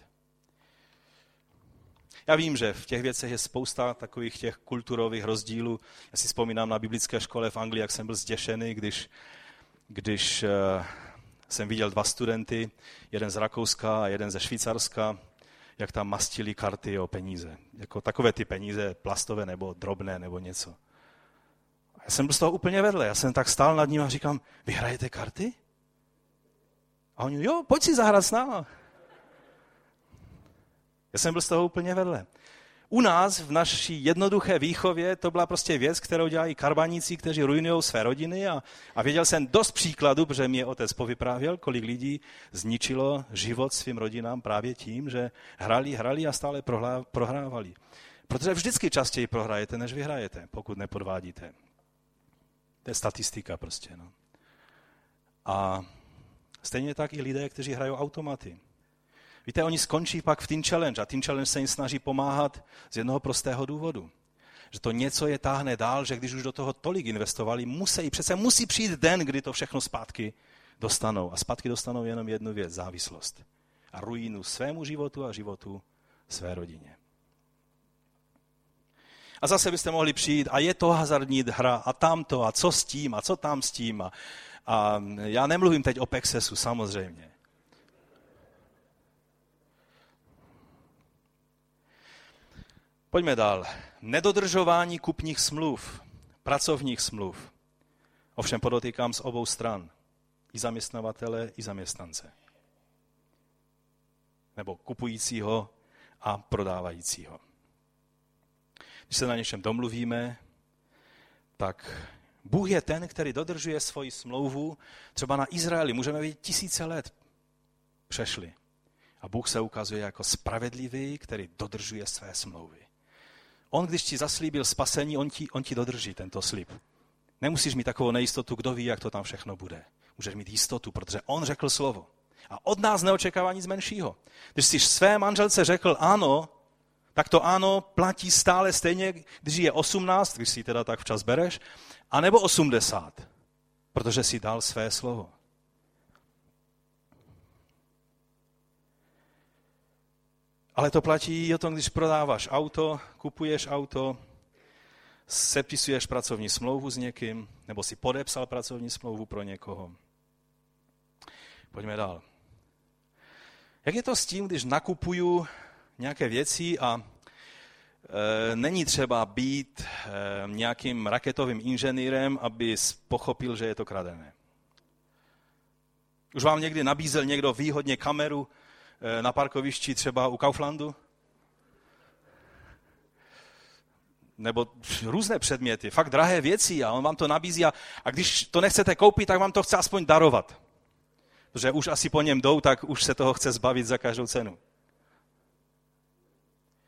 Já vím, že v těch věcech je spousta takových těch kulturových rozdílů. Já si vzpomínám na biblické škole v Anglii, jak jsem byl zděšený, když když jsem viděl dva studenty, jeden z Rakouska a jeden ze Švýcarska, jak tam mastili karty o peníze. Jako takové ty peníze, plastové nebo drobné nebo něco. Já jsem byl z toho úplně vedle. Já jsem tak stál nad ním a říkám, vy hrajete karty? A oni, jo, pojď si zahrát s náma. Já jsem byl z toho úplně vedle. U nás v naší jednoduché výchově to byla prostě věc, kterou dělají karbaníci, kteří ruinují své rodiny a, a věděl jsem dost příkladů, protože mě otec povyprávěl, kolik lidí zničilo život svým rodinám právě tím, že hrali, hrali a stále prohlá, prohrávali. Protože vždycky častěji prohrajete, než vyhrajete, pokud nepodvádíte. To je statistika prostě. No. A stejně tak i lidé, kteří hrajou automaty. Víte, oni skončí pak v Teen Challenge a Teen Challenge se jim snaží pomáhat z jednoho prostého důvodu. Že to něco je táhne dál, že když už do toho tolik investovali, musí, přece musí přijít den, kdy to všechno zpátky dostanou. A zpátky dostanou jenom jednu věc, závislost. A ruínu svému životu a životu své rodině. A zase byste mohli přijít a je to hazardní hra a tamto a co s tím a co tam s tím. A, a já nemluvím teď o Pexesu, samozřejmě. Pojďme dál. Nedodržování kupních smluv, pracovních smluv. Ovšem podotýkám z obou stran. I zaměstnavatele, i zaměstnance. Nebo kupujícího a prodávajícího. Když se na něčem domluvíme, tak Bůh je ten, který dodržuje svoji smlouvu. Třeba na Izraeli můžeme vidět tisíce let přešli. A Bůh se ukazuje jako spravedlivý, který dodržuje své smlouvy. On, když ti zaslíbil spasení, on ti, on ti dodrží tento slib. Nemusíš mít takovou nejistotu, kdo ví, jak to tam všechno bude. Můžeš mít jistotu, protože on řekl slovo. A od nás neočekává nic menšího. Když jsi své manželce řekl ano, tak to ano platí stále stejně, když je osmnáct, když si teda tak včas bereš, anebo osmdesát, protože si dal své slovo. Ale to platí i o tom, když prodáváš auto, kupuješ auto, sepisuješ pracovní smlouvu s někým, nebo si podepsal pracovní smlouvu pro někoho. Pojďme dál. Jak je to s tím, když nakupuju nějaké věci a e, není třeba být e, nějakým raketovým inženýrem, aby pochopil, že je to kradené? Už vám někdy nabízel někdo výhodně kameru e, na parkovišti třeba u Kauflandu? Nebo různé předměty, fakt drahé věci a on vám to nabízí a, a když to nechcete koupit, tak vám to chce aspoň darovat. Protože už asi po něm jdou, tak už se toho chce zbavit za každou cenu.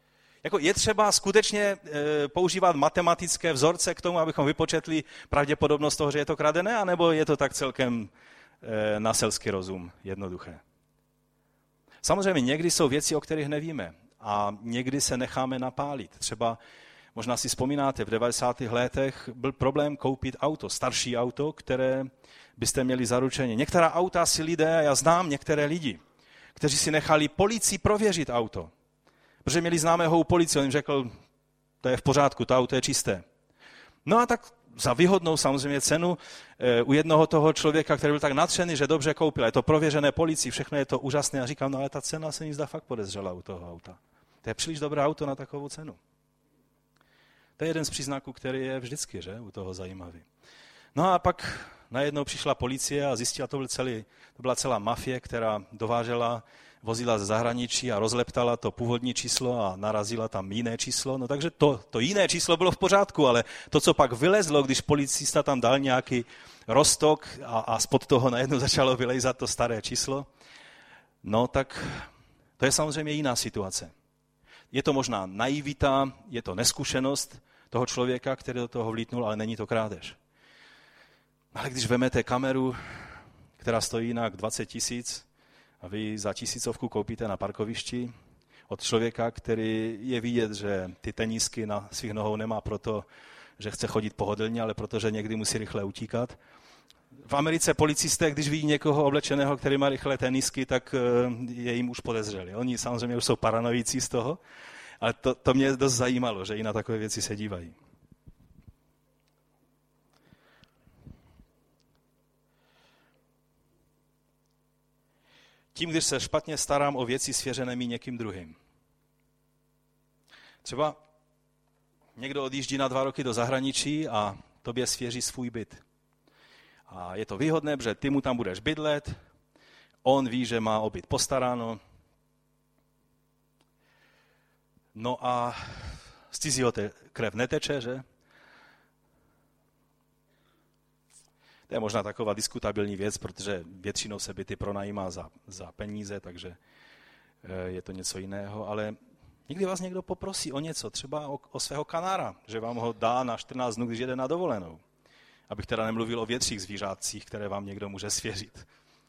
Jako je třeba skutečně e, používat matematické vzorce k tomu, abychom vypočetli pravděpodobnost toho, že je to kradené, anebo je to tak celkem e, na selský rozum jednoduché? Samozřejmě někdy jsou věci, o kterých nevíme a někdy se necháme napálit. Třeba možná si vzpomínáte, v devadesátých letech byl problém koupit auto, starší auto, které byste měli zaručeně. Některá auta si lidé, já znám některé lidi, kteří si nechali policii prověřit auto, protože měli známého u policie, on jim řekl, to je v pořádku, to auto je čisté. No a tak za výhodnou samozřejmě cenu e, u jednoho toho člověka, který byl tak nadšený, že dobře koupil, je to prověřené policii, všechno je to úžasné a říkám, no ale ta cena se mi zdá fakt podezřela u toho auta. To je příliš dobré auto na takovou cenu. To je jeden z příznaků, který je vždycky, že, u toho zajímavý. No a pak najednou přišla policie a zjistila, to, byl celý, to byla celá mafie, která dovážela, vozila ze zahraničí a rozleptala to původní číslo a narazila tam jiné číslo. No takže to, to jiné číslo bylo v pořádku, ale to, co pak vylezlo, když policista tam dal nějaký roztok a, a spod toho najednou začalo vylejzat to staré číslo, no tak to je samozřejmě jiná situace. Je to možná naivita, je to neskušenost toho člověka, který do toho vlítnul, ale není to krádež. Ale když vemete kameru, která stojí jinak dvacet tisíc a vy za tisícovku koupíte na parkovišti od člověka, který je vidět, že ty tenisky na svých nohou nemá proto, že chce chodit pohodlně, ale protože někdy musí rychle utíkat. V Americe policisté, když vidí někoho oblečeného, který má rychlé tenisky, tak je jim už podezřeli. Oni samozřejmě už jsou paranoicí z toho, ale to, to mě dost zajímalo, že i na takové věci se dívají. Tím, když se špatně starám o věci svěřené mi někým druhým. Třeba někdo odjíždí na dva roky do zahraničí a tobě svěří svůj byt. A je to výhodné, protože ty mu tam budeš bydlet, on ví, že má o byt postaráno. No a z cizího krev neteče, že? To je možná taková diskutabilní věc, protože většinou se byty pronajímá za, za peníze, takže je to něco jiného, ale někdy vás někdo poprosí o něco, třeba o, o svého kanára, že vám ho dá na čtrnáct dnů, když jede na dovolenou. Abych teda nemluvil o větších zvířátcích, které vám někdo může svěřit.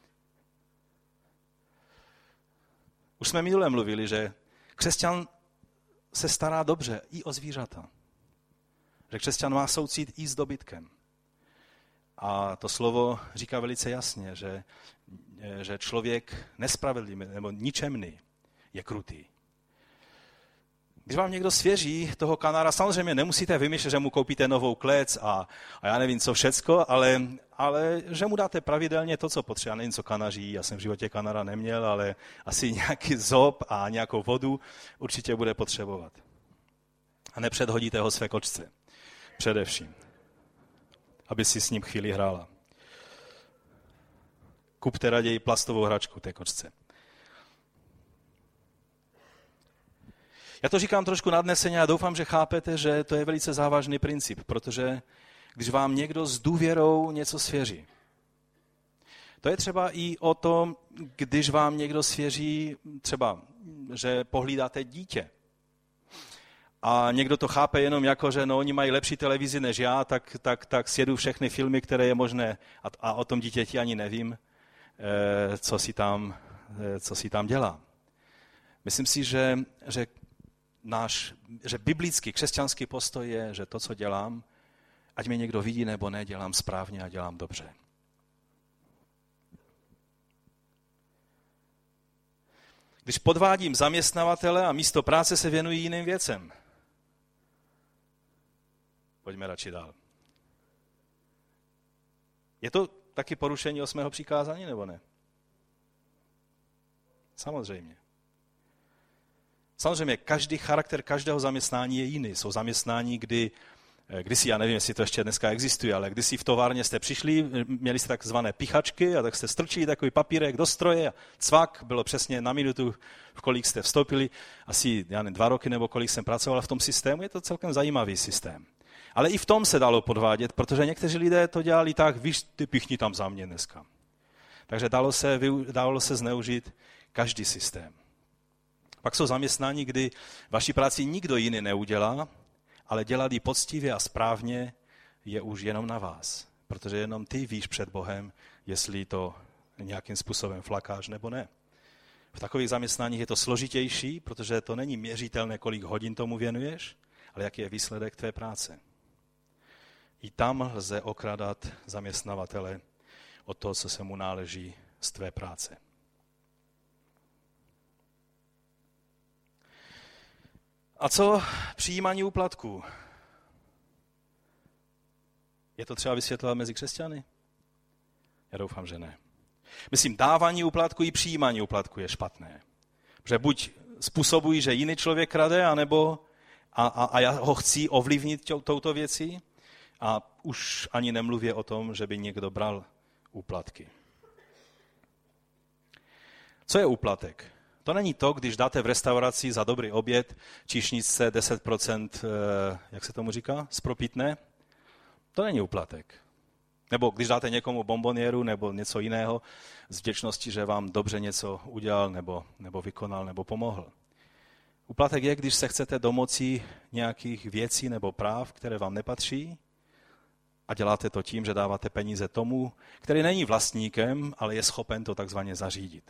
Už jsme minule mluvili, že křesťan se stará dobře i o zvířata. Že křesťan má soucit i s dobytkem. A to slovo říká velice jasně, že, že člověk nespravedlivý nebo ničemný je krutý. Když vám někdo svěří toho kanára, samozřejmě nemusíte vymýšlet, že mu koupíte novou klec a, a já nevím co všecko, ale, ale že mu dáte pravidelně to, co potřebuje. Já nevím, co kanaří, já jsem v životě kanara neměl, ale asi nějaký zob a nějakou vodu určitě bude potřebovat. A nepředhodíte ho své kočce. Především. Aby si s ním chvíli hrála. Kupte raději plastovou hračku té kočce. Já to říkám trošku nadneseně a doufám, že chápete, že to je velice závažný princip, protože když vám někdo s důvěrou něco svěří. To je třeba i o tom, když vám někdo svěří třeba, že pohlídáte dítě. A někdo to chápe jenom jako, že no, oni mají lepší televizi než já, tak, tak, tak sjedu všechny filmy, které je možné a, a o tom dítěti ani nevím, eh, co, si tam, eh, co si tam dělá. Myslím si, že, že náš, že biblický, křesťanský postoj je, že to, co dělám, ať mě někdo vidí nebo ne, dělám správně a dělám dobře. Když podvádím zaměstnavatele a místo práce se věnují jiným věcem. Pojďme radši dál. Je to taky porušení osmého přikázání, nebo ne? Samozřejmě. Samozřejmě, každý charakter každého zaměstnání je jiný. Jsou zaměstnání, kdy, kdysi, já nevím, jestli to ještě dneska existuje, ale kdysi v továrně jste přišli, měli jste takzvané pichačky a tak jste strčili takový papírek do stroje a cvak, bylo přesně na minutu, v kolik jste vstoupili. Asi, já nevím, dva roky nebo kolik jsem pracoval v tom systému, je to celkem zajímavý systém. Ale i v tom se dalo podvádět, protože někteří lidé to dělali tak, víš, ty pichni tam za mě dneska. Takže dalo se, dalo se zneužít každý systém. Pak jsou zaměstnání, kdy vaši práci nikdo jiný neudělá, ale dělat ji poctivě a správně je už jenom na vás. Protože jenom ty víš před Bohem, jestli to nějakým způsobem flakáš nebo ne. V takových zaměstnáních je to složitější, protože to není měřitelné, kolik hodin tomu věnuješ, ale jaký je výsledek tvé práce. I tam lze okrádat zaměstnavatele o to, co se mu náleží z tvé práce. A co přijímání úplatků? Je to třeba vysvětlovat mezi křesťany? Já doufám, že ne. Myslím, dávání úplatku i přijímání úplatku je špatné. Protože buď způsobují, že jiný člověk krade, anebo a, a, a já ho chci ovlivnit tě, touto věcí a už ani nemluvě o tom, že by někdo bral úplatky. Co je úplatek? To není to, když dáte v restauraci za dobrý oběd číšničce deset procent, jak se tomu říká, spropitné. To není úplatek. Nebo když dáte někomu bombonieru nebo něco jiného z vděčnosti, že vám dobře něco udělal nebo, nebo vykonal nebo pomohl. Úplatek je, když se chcete domoci nějakých věcí nebo práv, které vám nepatří a děláte to tím, že dáváte peníze tomu, který není vlastníkem, ale je schopen to takzvaně zařídit.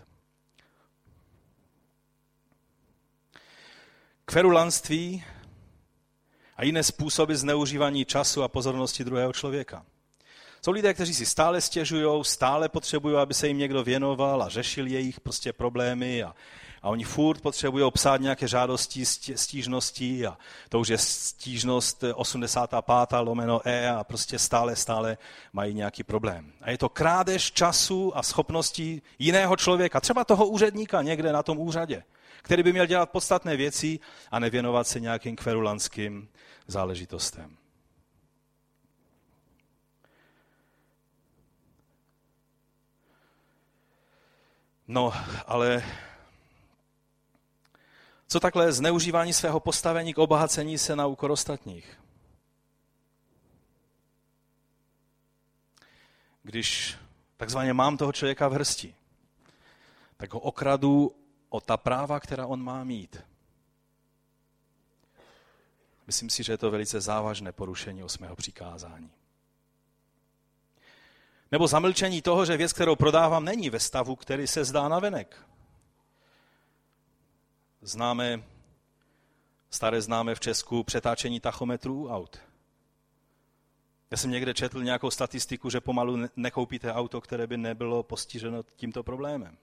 Kverulanství a jiné způsoby zneužívání času a pozornosti druhého člověka. Jsou lidé, kteří si stále stěžují, stále potřebují, aby se jim někdo věnoval a řešil jejich prostě problémy a, a oni furt potřebují psát nějaké žádosti, stížnosti a to už je stížnost osmdesát pět lomeno E a prostě stále, stále mají nějaký problém. A je to krádež času a schopností jiného člověka, třeba toho úředníka někde na tom úřadě, který by měl dělat podstatné věci a nevěnovat se nějakým kverulantským záležitostem. No, ale co takhle zneužívání svého postavení k obohacení se na úkor ostatních? Když takzvaně mám toho člověka v hrsti, tak ho okradu o ta práva, která on má mít. Myslím si, že je to velice závažné porušení osmého přikázání. Nebo zamlčení toho, že věc, kterou prodávám, není ve stavu, který se zdá navenek. Známe, staré známe v Česku přetáčení tachometrů aut. Já jsem někde četl nějakou statistiku, že pomalu nekoupíte auto, které by nebylo postiženo tímto problémem.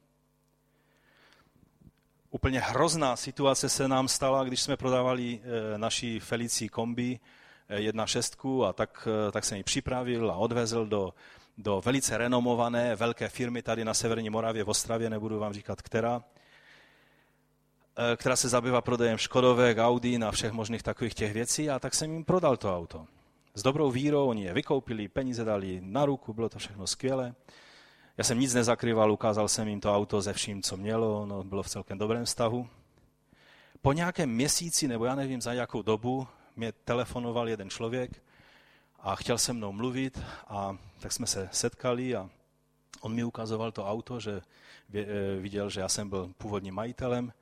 Úplně hrozná situace se nám stala, když jsme prodávali naši Felicii kombi jedna šestku a tak, tak jsem ji připravil a odvezl do, do velice renomované velké firmy tady na severní Moravě v Ostravě, nebudu vám říkat která, která se zabývá prodejem Škodovek, Audi a všech možných takových těch věcí a tak jsem jim prodal to auto. S dobrou vírou, oni je vykoupili, peníze dali na ruku, bylo to všechno skvělé. Já jsem nic nezakrýval, ukázal jsem jim to auto ze vším, co mělo, no, bylo v celkem dobrém stavu. Po nějakém měsíci, nebo já nevím za jakou dobu, mě telefonoval jeden člověk a chtěl se mnou mluvit a tak jsme se setkali a on mi ukazoval to auto, že viděl, že já jsem byl původním majitelem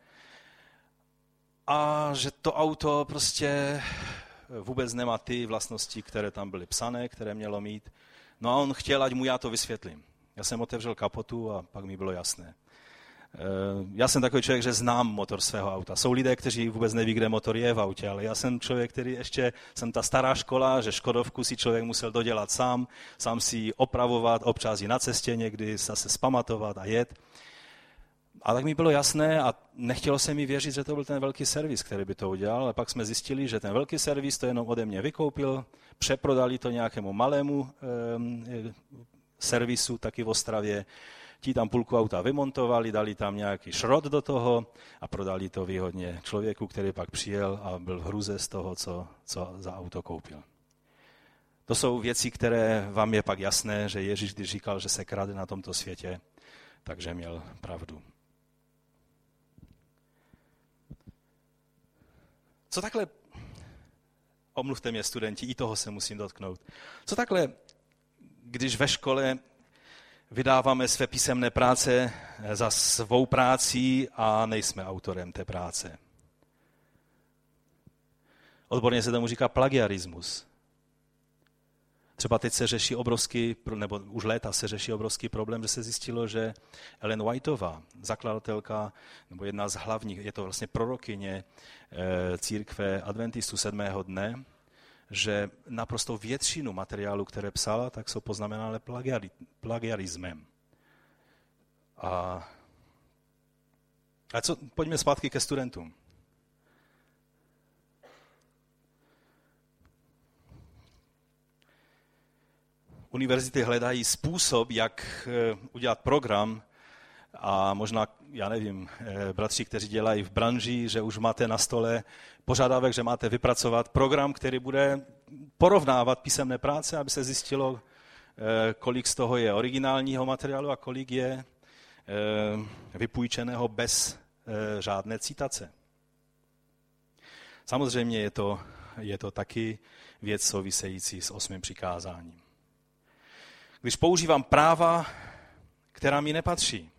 a že to auto prostě vůbec nemá ty vlastnosti, které tam byly psané, které mělo mít. No a on chtěl, ať mu já to vysvětlím. Já jsem otevřel kapotu a pak mi bylo jasné. Já jsem takový člověk, že znám motor svého auta. Jsou lidé, kteří vůbec neví, kde motor je v autě, ale já jsem člověk, který ještě, jsem ta stará škola, že Škodovku si člověk musel dodělat sám, sám si ji opravovat, občas ji na cestě někdy zase zpamatovat a jet. A tak mi bylo jasné a nechtělo se mi věřit, že to byl ten velký servis, který by to udělal, ale pak jsme zjistili, že ten velký servis to jenom ode mě vykoupil, přeprodali to nějakému malému eh, servisu taky v Ostravě. Ti tam půlku auta vymontovali, dali tam nějaký šrot do toho a prodali to výhodně člověku, který pak přijel a byl v hruze z toho, co, co za auto koupil. To jsou věci, které vám je pak jasné, že Ježíš, když říkal, že se krade na tomto světě, takže měl pravdu. Co takhle, omluvte mě studenti, i toho se musím dotknout, co takhle, když ve škole vydáváme své písemné práce za svou práci a nejsme autorem té práce. Odborně se tomu říká plagiarismus. Třeba teď se řeší obrovský, nebo už léta se řeší obrovský problém, že se zjistilo, že Ellen Whiteová, zakladatelka, nebo jedna z hlavních, je to vlastně prorokyně církve adventistů sedmého dne, že naprosto většinu materiálu, které psala, tak jsou poznamenané plagiari, plagiarismem. A, a co, pojďme zpátky ke studentům. Univerzity hledají způsob, jak udělat program a možná, já nevím, bratři, kteří dělají v branži, že už máte na stole požadavek, že máte vypracovat program, který bude porovnávat písemné práce, aby se zjistilo, kolik z toho je originálního materiálu a kolik je vypůjčeného bez žádné citace. Samozřejmě je to, je to taky věc související s osmým přikázáním. Když používám práva, která mi nepatří.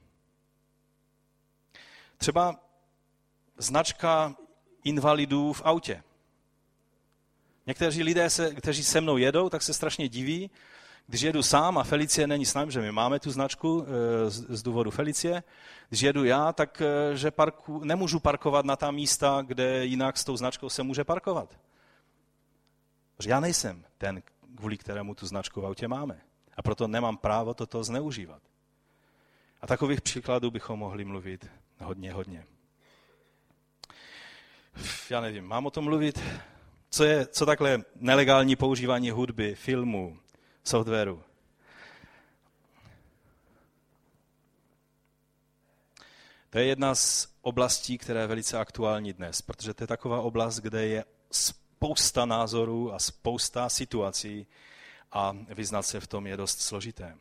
Třeba značka invalidů v autě. Někteří lidé, se, kteří se mnou jedou, tak se strašně diví, když jedu sám a Felicie není s námi, že my máme tu značku z, z důvodu Felicie. Když jedu já, tak že parku, nemůžu parkovat na ta místa, kde jinak s tou značkou se může parkovat. Protože já nejsem ten, kvůli kterému tu značku v autě máme. A proto nemám právo toto zneužívat. A takových příkladů bychom mohli mluvit hodně, hodně. Já nevím, mám o tom mluvit? Co je, co takhle nelegální používání hudby, filmů, softwaru? To je jedna z oblastí, která je velice aktuální dnes, protože to je taková oblast, kde je spousta názorů a spousta situací, a vyznat se v tom je dost složité.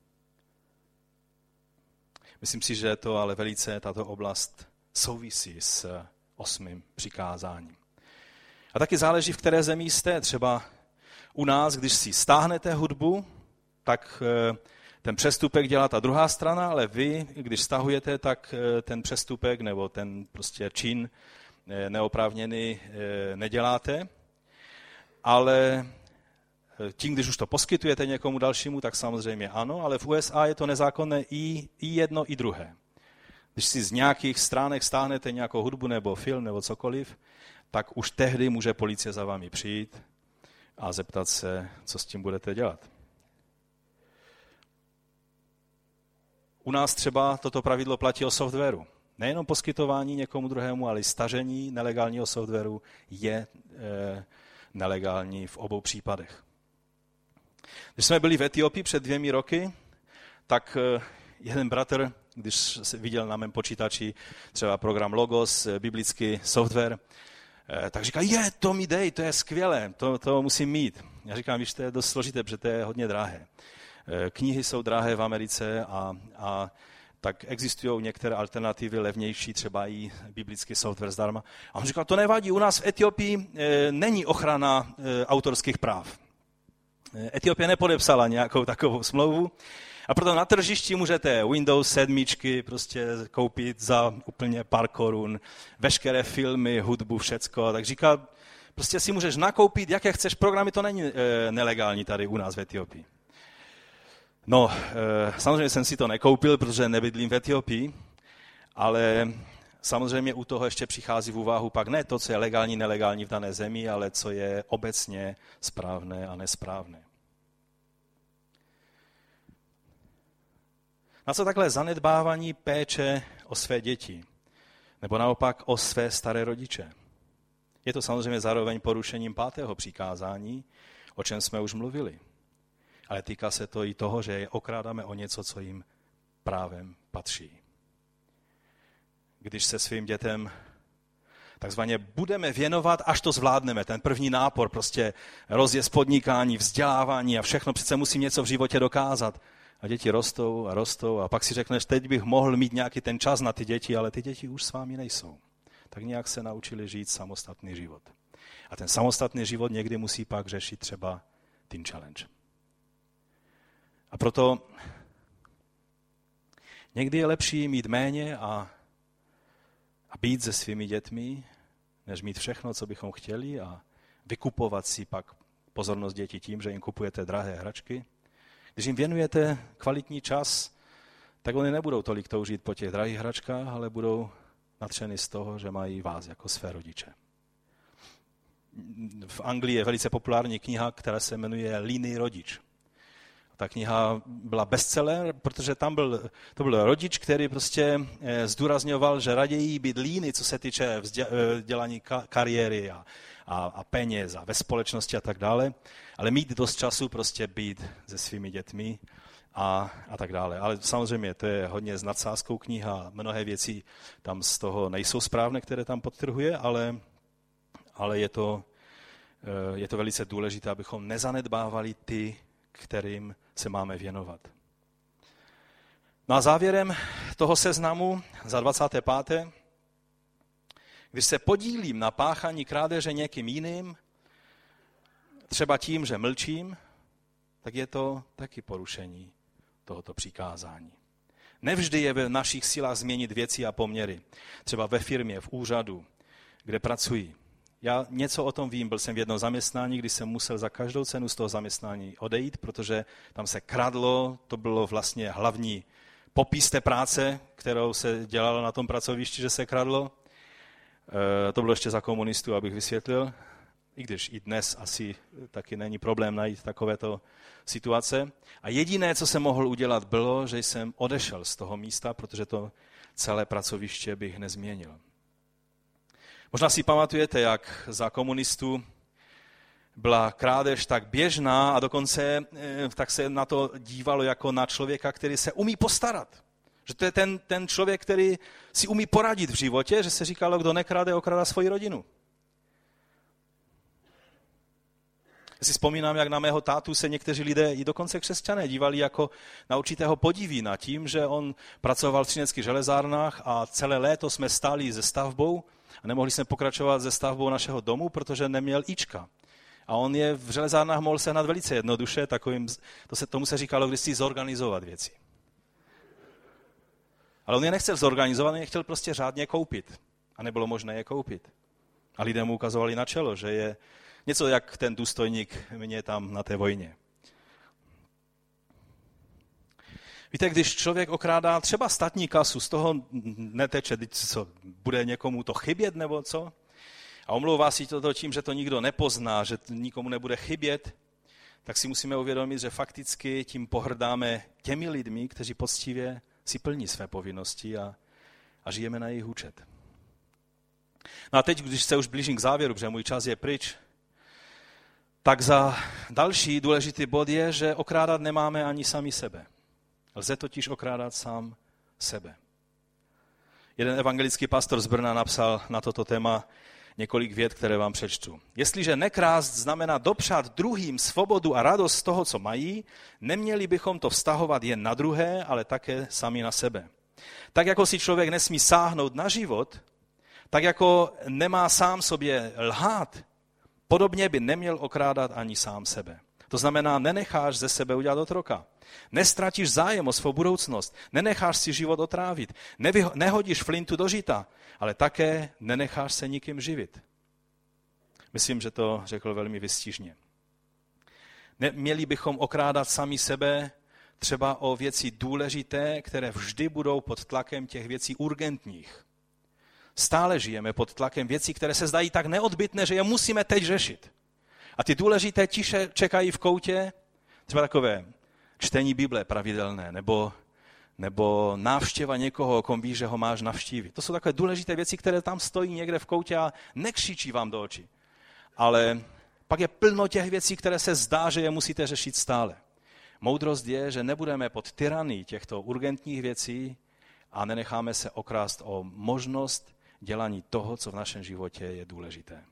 Myslím si, že to ale velice tato oblast souvisí s osmým přikázáním. A taky záleží, v které zemi jste. Třeba u nás, když si stáhnete hudbu, tak ten přestupek dělá ta druhá strana, ale vy, když stahujete, tak ten přestupek nebo ten prostě čin neoprávněný neděláte. Ale tím, když už to poskytujete někomu dalšímu, tak samozřejmě ano, ale v U S A je to nezákonné i, i jedno, i druhé. Když si z nějakých stránek stáhnete nějakou hudbu nebo film nebo cokoliv, tak už tehdy může policie za vámi přijít a zeptat se, co s tím budete dělat. U nás třeba toto pravidlo platí o softwaru. Nejenom poskytování někomu druhému, ale i stažení nelegálního softwaru je e, nelegální v obou případech. Když jsme byli v Etiopii před dvěmi roky, tak jeden bratr, když viděl na mém počítači třeba program Logos, biblický software, tak říká, je, to mi dej, to je skvělé, to, to musím mít. Já říkám, víš, to je dost složité, protože to je hodně drahé. Knihy jsou drahé v Americe a, a tak existují některé alternativy levnější, třeba i biblický software zdarma. A on říkal, to nevadí, u nás v Etiopii e, není ochrana e, autorských práv. Etiopie nepodepsala nějakou takovou smlouvu a proto na tržišti můžete Windows sedm prostě koupit za úplně pár korun, veškeré filmy, hudbu, všecko. Tak říká, prostě si můžeš nakoupit, jaké chceš programy, to není e, nelegální tady u nás v Etiopii. No, e, samozřejmě jsem si to nekoupil, protože nebydlím v Etiopii, ale samozřejmě u toho ještě přichází v úvahu pak ne to, co je legální, nelegální v dané zemi, ale co je obecně správné a nesprávné. Na co takhle zanedbávání péče o své děti, nebo naopak o své staré rodiče? Je to samozřejmě zároveň porušením pátého přikázání, o čem jsme už mluvili. Ale týká se to i toho, že je okrádáme o něco, co jim právem patří. Když se svým dětem takzvaně budeme věnovat, až to zvládneme, ten první nápor, prostě rozjezd podnikání, vzdělávání a všechno, přece musím něco v životě dokázat. A děti rostou a rostou a pak si řekneš, teď bych mohl mít nějaký ten čas na ty děti, ale ty děti už s vámi nejsou. Tak nějak se naučili žít samostatný život. A ten samostatný život někdy musí pak řešit třeba Teen Challenge. A proto Někdy je lepší mít méně a, a být se svými dětmi, než mít všechno, co bychom chtěli a vykupovat si pak pozornost dětí tím, že jim kupujete drahé hračky. Když jim věnujete kvalitní čas, tak oni nebudou tolik toužit po těch drahých hračkách, ale budou nadšeni z toho, že mají vás jako své rodiče. V Anglii je velice populární kniha, která se jmenuje Líný rodič. Ta kniha byla bestseller, protože tam byl, to byl rodič, který prostě zdůrazňoval, že raději být líný, co se týče dělání kariéry a, a, a peněz a ve společnosti a tak dále, ale mít dost času prostě být se svými dětmi a, a tak dále. Ale samozřejmě to je hodně s nadsázkou kniha, mnohé věci tam z toho nejsou správné, které tam podtrhuje, ale, ale je, to, je to velice důležité, abychom nezanedbávali ty, kterým se máme věnovat. No a závěrem toho seznamu za dvacáté páté Když se podílím na páchání krádeže někým jiným, třeba tím, že mlčím, tak je to taky porušení tohoto přikázání. Nevždy je v našich silách změnit věci a poměry. Třeba ve firmě, v úřadu, kde pracuji. Já něco o tom vím, byl jsem v jednom zaměstnání, kdy jsem musel za každou cenu z toho zaměstnání odejít, protože tam se kradlo, to bylo vlastně hlavní popis té práce, kterou se dělalo na tom pracovišti, že se kradlo. E, to bylo ještě za komunistů, abych vysvětlil, i když i dnes asi taky není problém najít takovéto situace. A jediné, co jsem mohl udělat, bylo, že jsem odešel z toho místa, protože to celé pracoviště bych nezměnil. Možná si pamatujete, jak za komunistů byla krádež tak běžná a dokonce tak se na to dívalo jako na člověka, který se umí postarat. Že to je ten, ten člověk, který si umí poradit v životě, že se říkalo, kdo nekráde, okrádá svoji rodinu. Já si vzpomínám, jak na mého tátu se někteří lidé, i dokonce křesťané, dívali jako na určitého podivína tím, že on pracoval v třineckých železárnách a celé léto jsme stáli se stavbou a nemohli jsme pokračovat se stavbou našeho domu, protože neměl ička. A on je v železárnách mohl sehnat velice jednoduše, takovým, to se, tomu se říkalo kdysi zorganizovat věci. Ale on je nechtěl zorganizovat, on je chtěl prostě řádně koupit. A nebylo možné je koupit. A lidé mu ukazovali na čelo, že je něco jak ten důstojník mě tam na té vojně. Víte, když člověk okrádá třeba státní kasu, z toho neteče, co, bude někomu to chybět nebo co? A omlouvá si to tím, že to nikdo nepozná, že nikomu nebude chybět, tak si musíme uvědomit, že fakticky tím pohrdáme těmi lidmi, kteří poctivě si plní své povinnosti a, a žijeme na jejich účet. No a teď, když se už blížím k závěru, protože můj čas je pryč, tak za další důležitý bod je, že okrádat nemáme ani sami sebe. Lze totiž okrádat sám sebe. Jeden evangelický pastor z Brna napsal na toto téma několik vět, které vám přečtu. Jestliže nekrást znamená dopřát druhým svobodu a radost z toho, co mají, neměli bychom to vztahovat jen na druhé, ale také sami na sebe. Tak jako si člověk nesmí sáhnout na život, tak jako nemá sám sobě lhát, podobně by neměl okrádat ani sám sebe. To znamená, nenecháš ze sebe udělat otroka. Nestratíš zájem o svou budoucnost. Nenecháš si život otrávit. Nevyho- nehodíš flintu do žita, ale také nenecháš se nikým živit. Myslím, že to řekl velmi vystižně. Neměli bychom okrádat sami sebe třeba o věci důležité, které vždy budou pod tlakem těch věcí urgentních. Stále žijeme pod tlakem věcí, které se zdají tak neodbytné, že je musíme teď řešit. A ty důležité tiše čekají v koutě, třeba takové čtení Bible pravidelné, nebo, nebo návštěva někoho, kom víš, že ho máš navštívit. To jsou takové důležité věci, které tam stojí někde v koutě a nekřičí vám do očí. Ale pak je plno těch věcí, které se zdá, že je musíte řešit stále. Moudrost je, že nebudeme pod tyranii těchto urgentních věcí a nenecháme se okrást o možnost dělání toho, co v našem životě je důležité.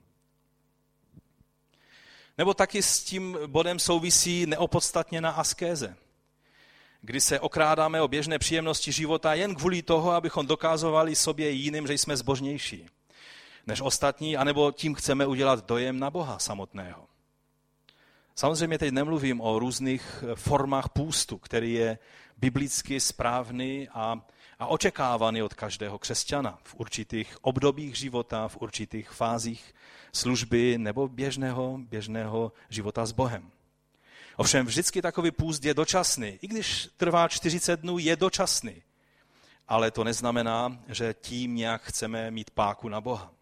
Nebo taky s tím bodem souvisí neopodstatněná askéze, kdy se okrádáme o běžné příjemnosti života jen kvůli toho, abychom dokazovali sobě jiným, že jsme zbožnější než ostatní, anebo tím chceme udělat dojem na Boha samotného. Samozřejmě teď nemluvím o různých formách půstu, který je biblicky správný a, a očekávaný od každého křesťana v určitých obdobích života, v určitých fázích služby nebo běžného, běžného života s Bohem. Ovšem vždycky takový půst je dočasný. I když trvá čtyřicet dnů, je dočasný. Ale to neznamená, že tím nějak chceme mít páku na Boha.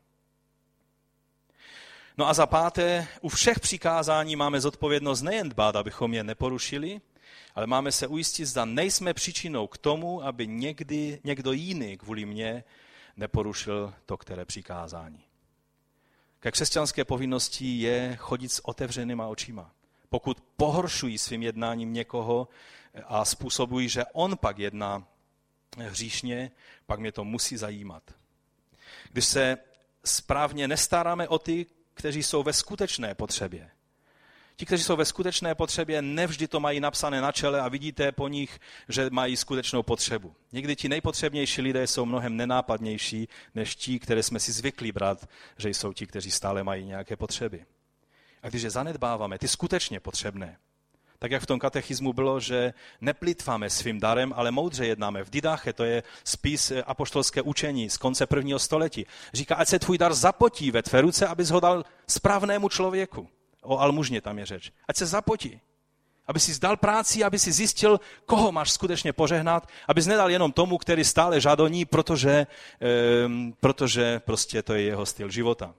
No a za páté, u všech přikázání máme zodpovědnost nejen dbát, abychom je neporušili, ale máme se ujistit, zda nejsme příčinou k tomu, aby někdy někdo jiný kvůli mně neporušil to, které přikázání. Ke křesťanské povinnosti je chodit s otevřenýma očima. Pokud pohoršují svým jednáním někoho a způsobují, že on pak jedná hříšně, pak mě to musí zajímat. Když se správně nestaráme o ty, kteří jsou ve skutečné potřebě. Ti, kteří jsou ve skutečné potřebě, nevždy to mají napsané na čele a vidíte po nich, že mají skutečnou potřebu. Někdy ti nejpotřebnější lidé jsou mnohem nenápadnější, než ti, které jsme si zvykli brát, že jsou ti, kteří stále mají nějaké potřeby. A když je zanedbáváme, ty skutečně potřebné, tak jak v tom katechismu bylo, že neplitváme svým darem, ale moudře jednáme. V Didache, to je spis apoštolské učení z konce prvního století. Říká, ať se tvůj dar zapotí ve tvé ruce, abys ho dal správnému člověku. O almužně tam je řeč. Ať se zapotí. Aby si zdal práci, aby si zjistil, koho máš skutečně požehnat, abys nedal jenom tomu, který stále žadoní, protože, um, protože prostě to je jeho styl života.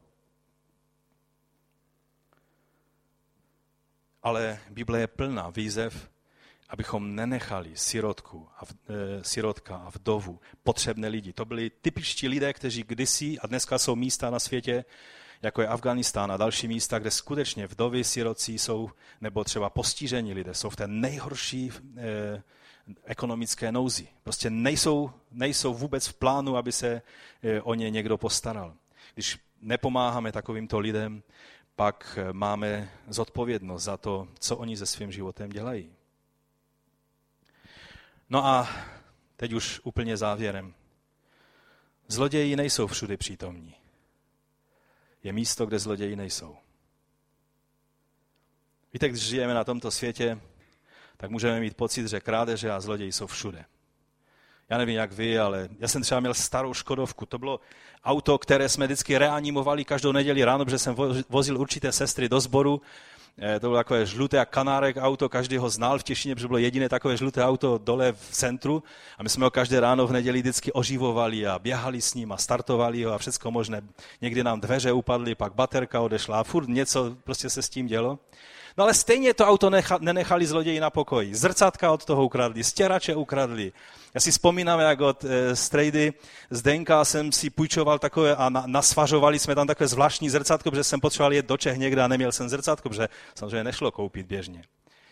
Ale Bible je plná výzev, abychom nenechali sirotku a v, e, sirotka a vdovu, potřebné lidi. To byli typičtí lidé, kteří kdysi, a dneska jsou místa na světě, jako je Afghánistán a další místa, kde skutečně vdovy, sirocí jsou, nebo třeba postižení lidé, jsou v té nejhorší e, ekonomické nouzi. Prostě nejsou, nejsou vůbec v plánu, aby se e, o ně někdo postaral. Když nepomáháme takovýmto lidem, pak máme zodpovědnost za to, co oni se svým životem dělají. No a teď už úplně závěrem. Zloději nejsou všude přítomní. Je místo, kde zloději nejsou. Víte, když žijeme na tomto světě, tak můžeme mít pocit, že krádeže a zloději jsou všude. Já nevím, jak vy, ale já jsem třeba měl starou Škodovku. To bylo auto, které jsme vždycky reanimovali každou neděli ráno, protože jsem vozil určité sestry do sboru. To bylo takové žluté jak kanárek auto, každý ho znal v Těšíně, protože bylo jediné takové žluté auto dole v centru. A my jsme ho každé ráno v neděli vždycky oživovali a běhali s ním a startovali ho a všecko možné. Někdy nám dveře upadly, pak baterka odešla a furt něco prostě se s tím dělo. No ale stejně to auto necha, nenechali zloději na pokoji. Zrcátka od toho ukradli, stěrače ukradli. Já si vzpomínám, jak od e, strejdy Zdenka jsem si půjčoval takové a na, nasvařovali jsme tam takové zvláštní zrcátko, protože jsem potřeboval jet do Čech někde a neměl jsem zrcátko, protože samozřejmě nešlo koupit běžně.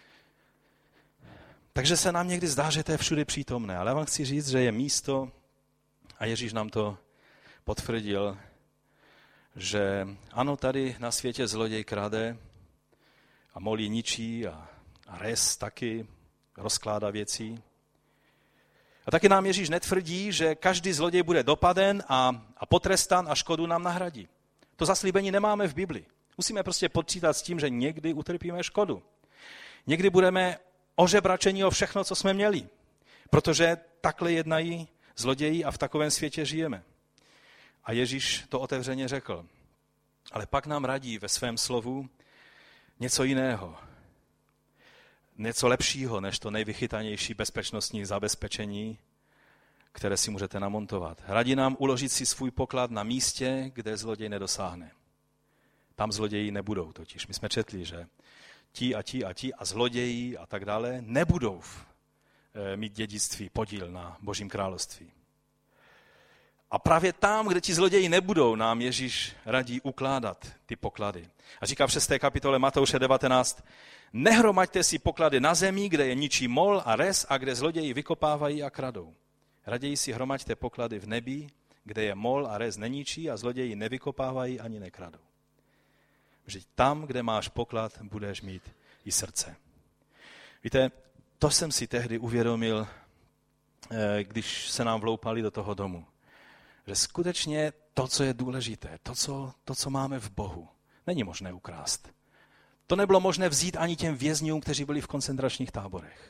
Takže se nám někdy zdá, že to je všude přítomné, ale já vám chci říct, že je místo, a Ježíš nám to potvrdil, že ano, tady na světě zloděj krade, a molí ničí a, a res taky rozkládá věcí. A taky nám Ježíš netvrdí, že každý zloděj bude dopaden a, a potrestán a škodu nám nahradí. To zaslíbení nemáme v Bibli. Musíme prostě počítat s tím, že někdy utrpíme škodu. Někdy budeme ožebračeni o všechno, co jsme měli. Protože takhle jednají zloději a v takovém světě žijeme. A Ježíš to otevřeně řekl. Ale pak nám radí ve svém slovu něco jiného, něco lepšího, než to nejvychytanější bezpečnostní zabezpečení, které si můžete namontovat. Radí nám uložit si svůj poklad na místě, kde zloděj nedosáhne. Tam zloději nebudou totiž. My jsme četli, že ti a ti a ti a zloději a tak dále nebudou mít dědictví, podíl na Božím království. A právě tam, kde ti zloději nebudou, nám Ježíš radí ukládat ty poklady. A říká v šesté kapitole Matouše devatenáct, nehromaďte si poklady na zemi, kde je ničí mol a res a kde zloději vykopávají a kradou. Raději si hromaďte poklady v nebi, kde je mol a res neničí a zloději nevykopávají ani nekradou. Že tam, kde máš poklad, budeš mít i srdce. Víte, to jsem si tehdy uvědomil, když se nám vloupali do toho domu. Že skutečně to, co je důležité, to co, to, co máme v Bohu, není možné ukrást. To nebylo možné vzít ani těm vězňům, kteří byli v koncentračních táborech.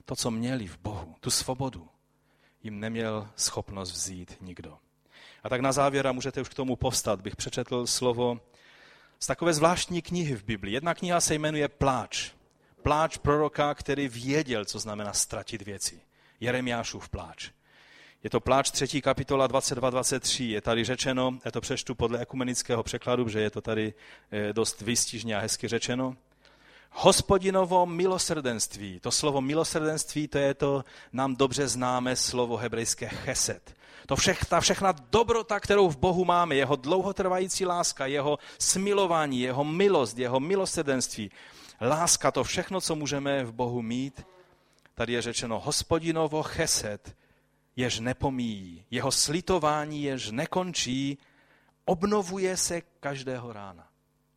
To, co měli v Bohu, tu svobodu, jim neměl schopnost vzít nikdo. A tak na závěr, a můžete už k tomu povstat, bych přečetl slovo z takové zvláštní knihy v Biblii. Jedna kniha se jmenuje Pláč. Pláč proroka, který věděl, co znamená ztratit věci. Jeremiášův pláč. Je to Pláč třetí kapitola dvacet dva dvacet tři. Je tady řečeno, já to přečtu podle ekumenického překladu, že je to tady dost výstižně a hezky řečeno. Hospodinovo milosrdenství. To slovo milosrdenství, to je to nám dobře známé slovo hebrejské chesed. To všech, ta všechna dobrota, kterou v Bohu máme, jeho dlouhotrvající láska, jeho smilování, jeho milost, jeho milosrdenství, láska, to všechno, co můžeme v Bohu mít, tady je řečeno Hospodinovo chesed, jež nepomíjí, jeho slitování, jež nekončí, obnovuje se každého rána.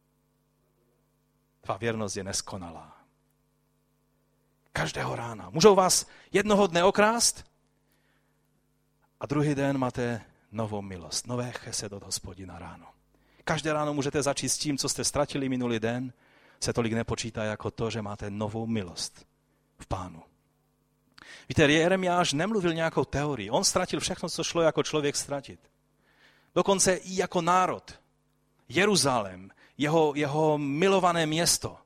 Tvá věrnost je neskonalá. Každého rána. Můžou vás jednoho dne okrást a druhý den máte novou milost, nové chesed od Hospodina ráno. Každé ráno můžete začít s tím, co jste ztratili minulý den, se tolik nepočítá jako to, že máte novou milost v Pánu. Víte, Jeremiáš nemluvil nějakou teorii. On ztratil všechno, co šlo jako člověk ztratit. Dokonce i jako národ. Jeruzalém, jeho, jeho milované město,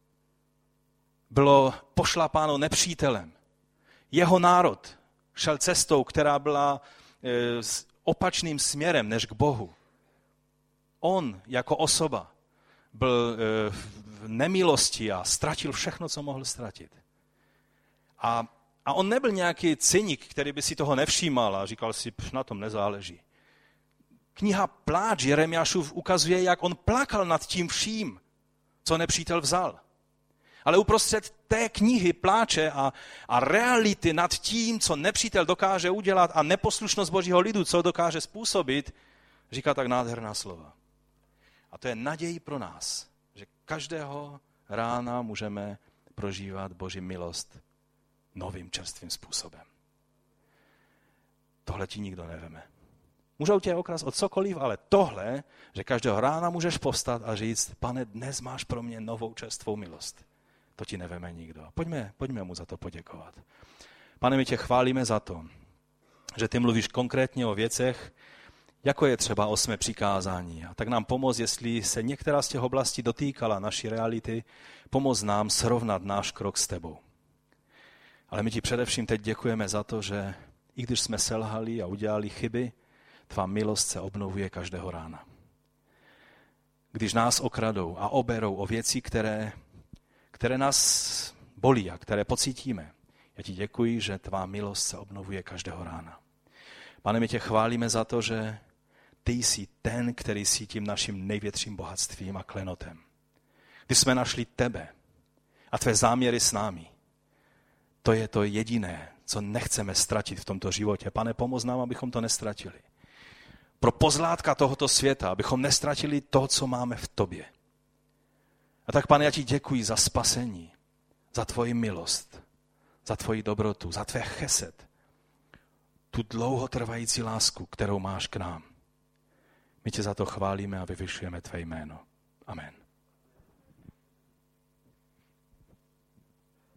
bylo pošlapáno nepřítelem. Jeho národ šel cestou, která byla e, s opačným směrem než k Bohu. On jako osoba byl e, v nemilosti a ztratil všechno, co mohl ztratit. A, a on nebyl nějaký cynik, který by si toho nevšímal a říkal si, na tom nezáleží. Kniha Pláč Jeremiášův ukazuje, jak on plakal nad tím vším, co nepřítel vzal. Ale uprostřed té knihy pláče a, a reality nad tím, co nepřítel dokáže udělat a neposlušnost Božího lidu, co dokáže způsobit, říká tak nádherná slova. A to je naději pro nás, že každého rána můžeme prožívat Boží milost novým čerstvým způsobem. Tohle ti nikdo neveme. Můžou tě okrást od cokoliv, ale tohle, že každého rána můžeš povstat a říct, Pane, dnes máš pro mě novou čerstvou milost. To ti neveme nikdo. Pojďme, pojďme mu za to poděkovat. Pane, my tě chválíme za to, že ty mluvíš konkrétně o věcech, jako je třeba osmé přikázání. A tak nám pomoz, jestli se některá z těch oblastí dotýkala naší reality, pomoz nám srovnat náš krok s tebou. Ale my ti především teď děkujeme za to, že i když jsme selhali a udělali chyby, tvá milost se obnovuje každého rána. Když nás okradou a oberou o věci, které, které nás bolí a které pocítíme, já ti děkuji, že tvá milost se obnovuje každého rána. Pane, my tě chválíme za to, že ty jsi ten, který jsi tím naším největším bohatstvím a klenotem. Když jsme našli tebe a tvé záměry s námi, to je to jediné, co nechceme ztratit v tomto životě. Pane, pomoz nám, abychom to nestratili. Pro pozlátka tohoto světa, abychom nestratili to, co máme v tobě. A tak, Pane, já ti děkuji za spasení, za tvoji milost, za tvoji dobrotu, za tvé chesed, tu dlouhotrvající lásku, kterou máš k nám. My tě za to chválíme a vyvyšujeme tvé jméno. Amen.